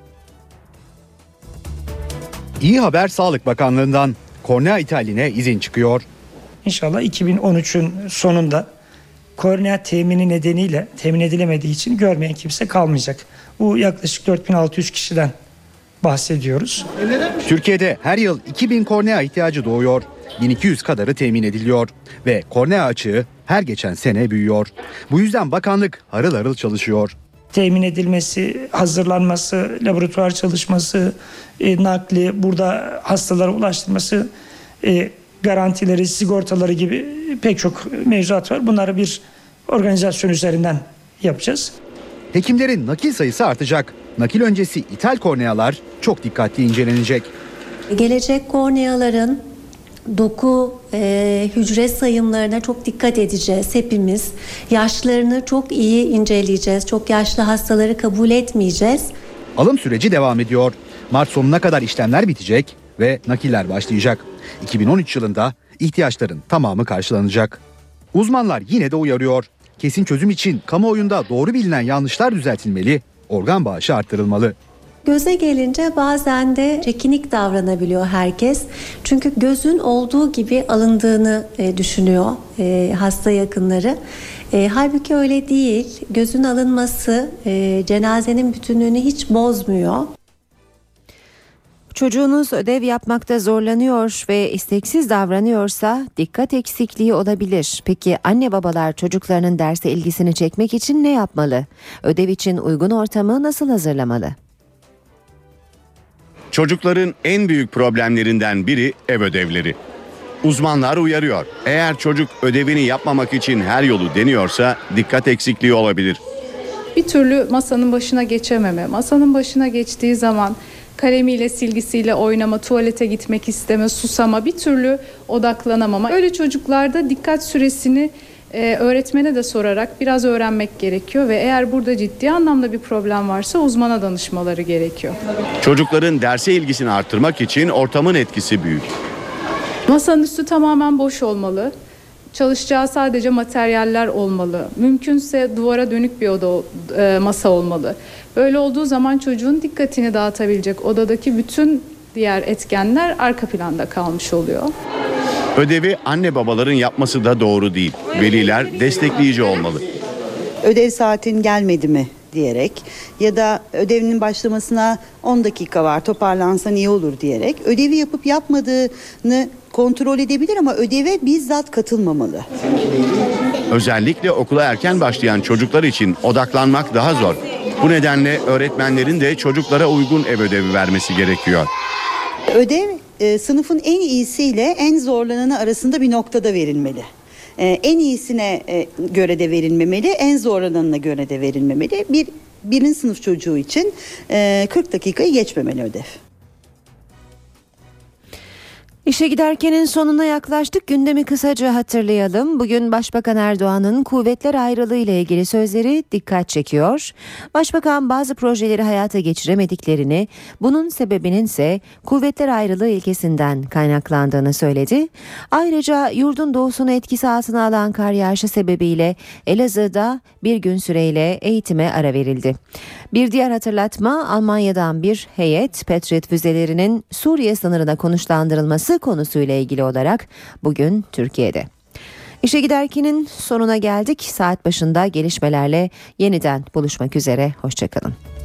İyi haber Sağlık Bakanlığı'ndan. Kornea ithaline izin çıkıyor. İnşallah iki bin on üçün sonunda kornea temini nedeniyle temin edilemediği için görmeyen kimse kalmayacak. Bu yaklaşık dört bin altı yüz kişiden bahsediyoruz. Türkiye'de her yıl iki bin kornea ihtiyacı doğuyor. bin iki yüz kadarı temin ediliyor ve kornea açığı her geçen sene büyüyor. Bu yüzden bakanlık harıl harıl çalışıyor. Temin edilmesi, hazırlanması, laboratuvar çalışması, e, nakli, burada hastalara ulaştırması, e, garantileri, sigortaları gibi pek çok mevzuat var. Bunları bir organizasyon üzerinden yapacağız. Hekimlerin nakil sayısı artacak. Nakil öncesi ithal kornealar çok dikkatli incelenecek. Gelecek korneaların doku, e, hücre sayımlarına çok dikkat edeceğiz hepimiz. Yaşlarını çok iyi inceleyeceğiz. Çok yaşlı hastaları kabul etmeyeceğiz. Alım süreci devam ediyor. Mart sonuna kadar işlemler bitecek ve nakiller başlayacak. iki bin on üç yılında ihtiyaçların tamamı karşılanacak. Uzmanlar yine de uyarıyor. Kesin çözüm için kamuoyunda doğru bilinen yanlışlar düzeltilmeli, organ bağışı arttırılmalı. Göze gelince bazen de çekinik davranabiliyor herkes. Çünkü gözün olduğu gibi alındığını e, düşünüyor e, hasta yakınları. E, halbuki öyle değil. Gözün alınması e, cenazenin bütünlüğünü hiç bozmuyor. Çocuğunuz ödev yapmakta zorlanıyor ve isteksiz davranıyorsa dikkat eksikliği olabilir. Peki anne babalar çocuklarının derse ilgisini çekmek için ne yapmalı? Ödev için uygun ortamı nasıl hazırlamalı? Çocukların en büyük problemlerinden biri ev ödevleri. Uzmanlar uyarıyor. Eğer çocuk ödevini yapmamak için her yolu deniyorsa dikkat eksikliği olabilir. Bir türlü masanın başına geçememe, masanın başına geçtiği zaman kalemiyle, silgisiyle oynama, tuvalete gitmek isteme, susama, bir türlü odaklanamama. Öyle çocuklarda dikkat süresini e, öğretmene de sorarak biraz öğrenmek gerekiyor ve eğer burada ciddi anlamda bir problem varsa uzmana danışmaları gerekiyor. Çocukların derse ilgisini arttırmak için ortamın etkisi büyük. Masanın üstü tamamen boş olmalı. Çalışacağı sadece materyaller olmalı. Mümkünse duvara dönük bir oda e, masa olmalı. Böyle olduğu zaman çocuğun dikkatini dağıtabilecek odadaki bütün diğer etkenler arka planda kalmış oluyor. Ödevi anne babaların yapması da doğru değil. Veliler destekleyici olmalı. Ödev saatin gelmedi mi diyerek ya da ödevinin başlamasına on dakika var, toparlansan iyi olur diyerek ödevi yapıp yapmadığını kontrol edebilir ama ödeve bizzat katılmamalı. Özellikle okula erken başlayan çocuklar için odaklanmak daha zor. Bu nedenle öğretmenlerin de çocuklara uygun ev ödevi vermesi gerekiyor. Ödev e, sınıfın en iyisiyle en zorlananı arasında bir noktada verilmeli. E, en iyisine e, göre de verilmemeli, en zorlananına göre de verilmemeli. Bir birinci sınıf çocuğu için e, kırk dakikayı geçmemeli ödev. İşe giderkenin sonuna yaklaştık. Gündemi kısaca hatırlayalım. Bugün Başbakan Erdoğan'ın kuvvetler ayrılığı ile ilgili sözleri dikkat çekiyor. Başbakan bazı projeleri hayata geçiremediklerini, bunun sebebinin ise kuvvetler ayrılığı ilkesinden kaynaklandığını söyledi. Ayrıca yurdun doğusunu etkisi altına alan kar yağışı sebebiyle Elazığ'da bir gün süreyle eğitime ara verildi. Bir diğer hatırlatma, Almanya'dan bir heyet Patriot füzelerinin Suriye sınırına konuşlandırılması konusuyla ilgili olarak bugün Türkiye'de. İşe giderkenin sonuna geldik. Saat başında gelişmelerle yeniden buluşmak üzere. Hoşçakalın.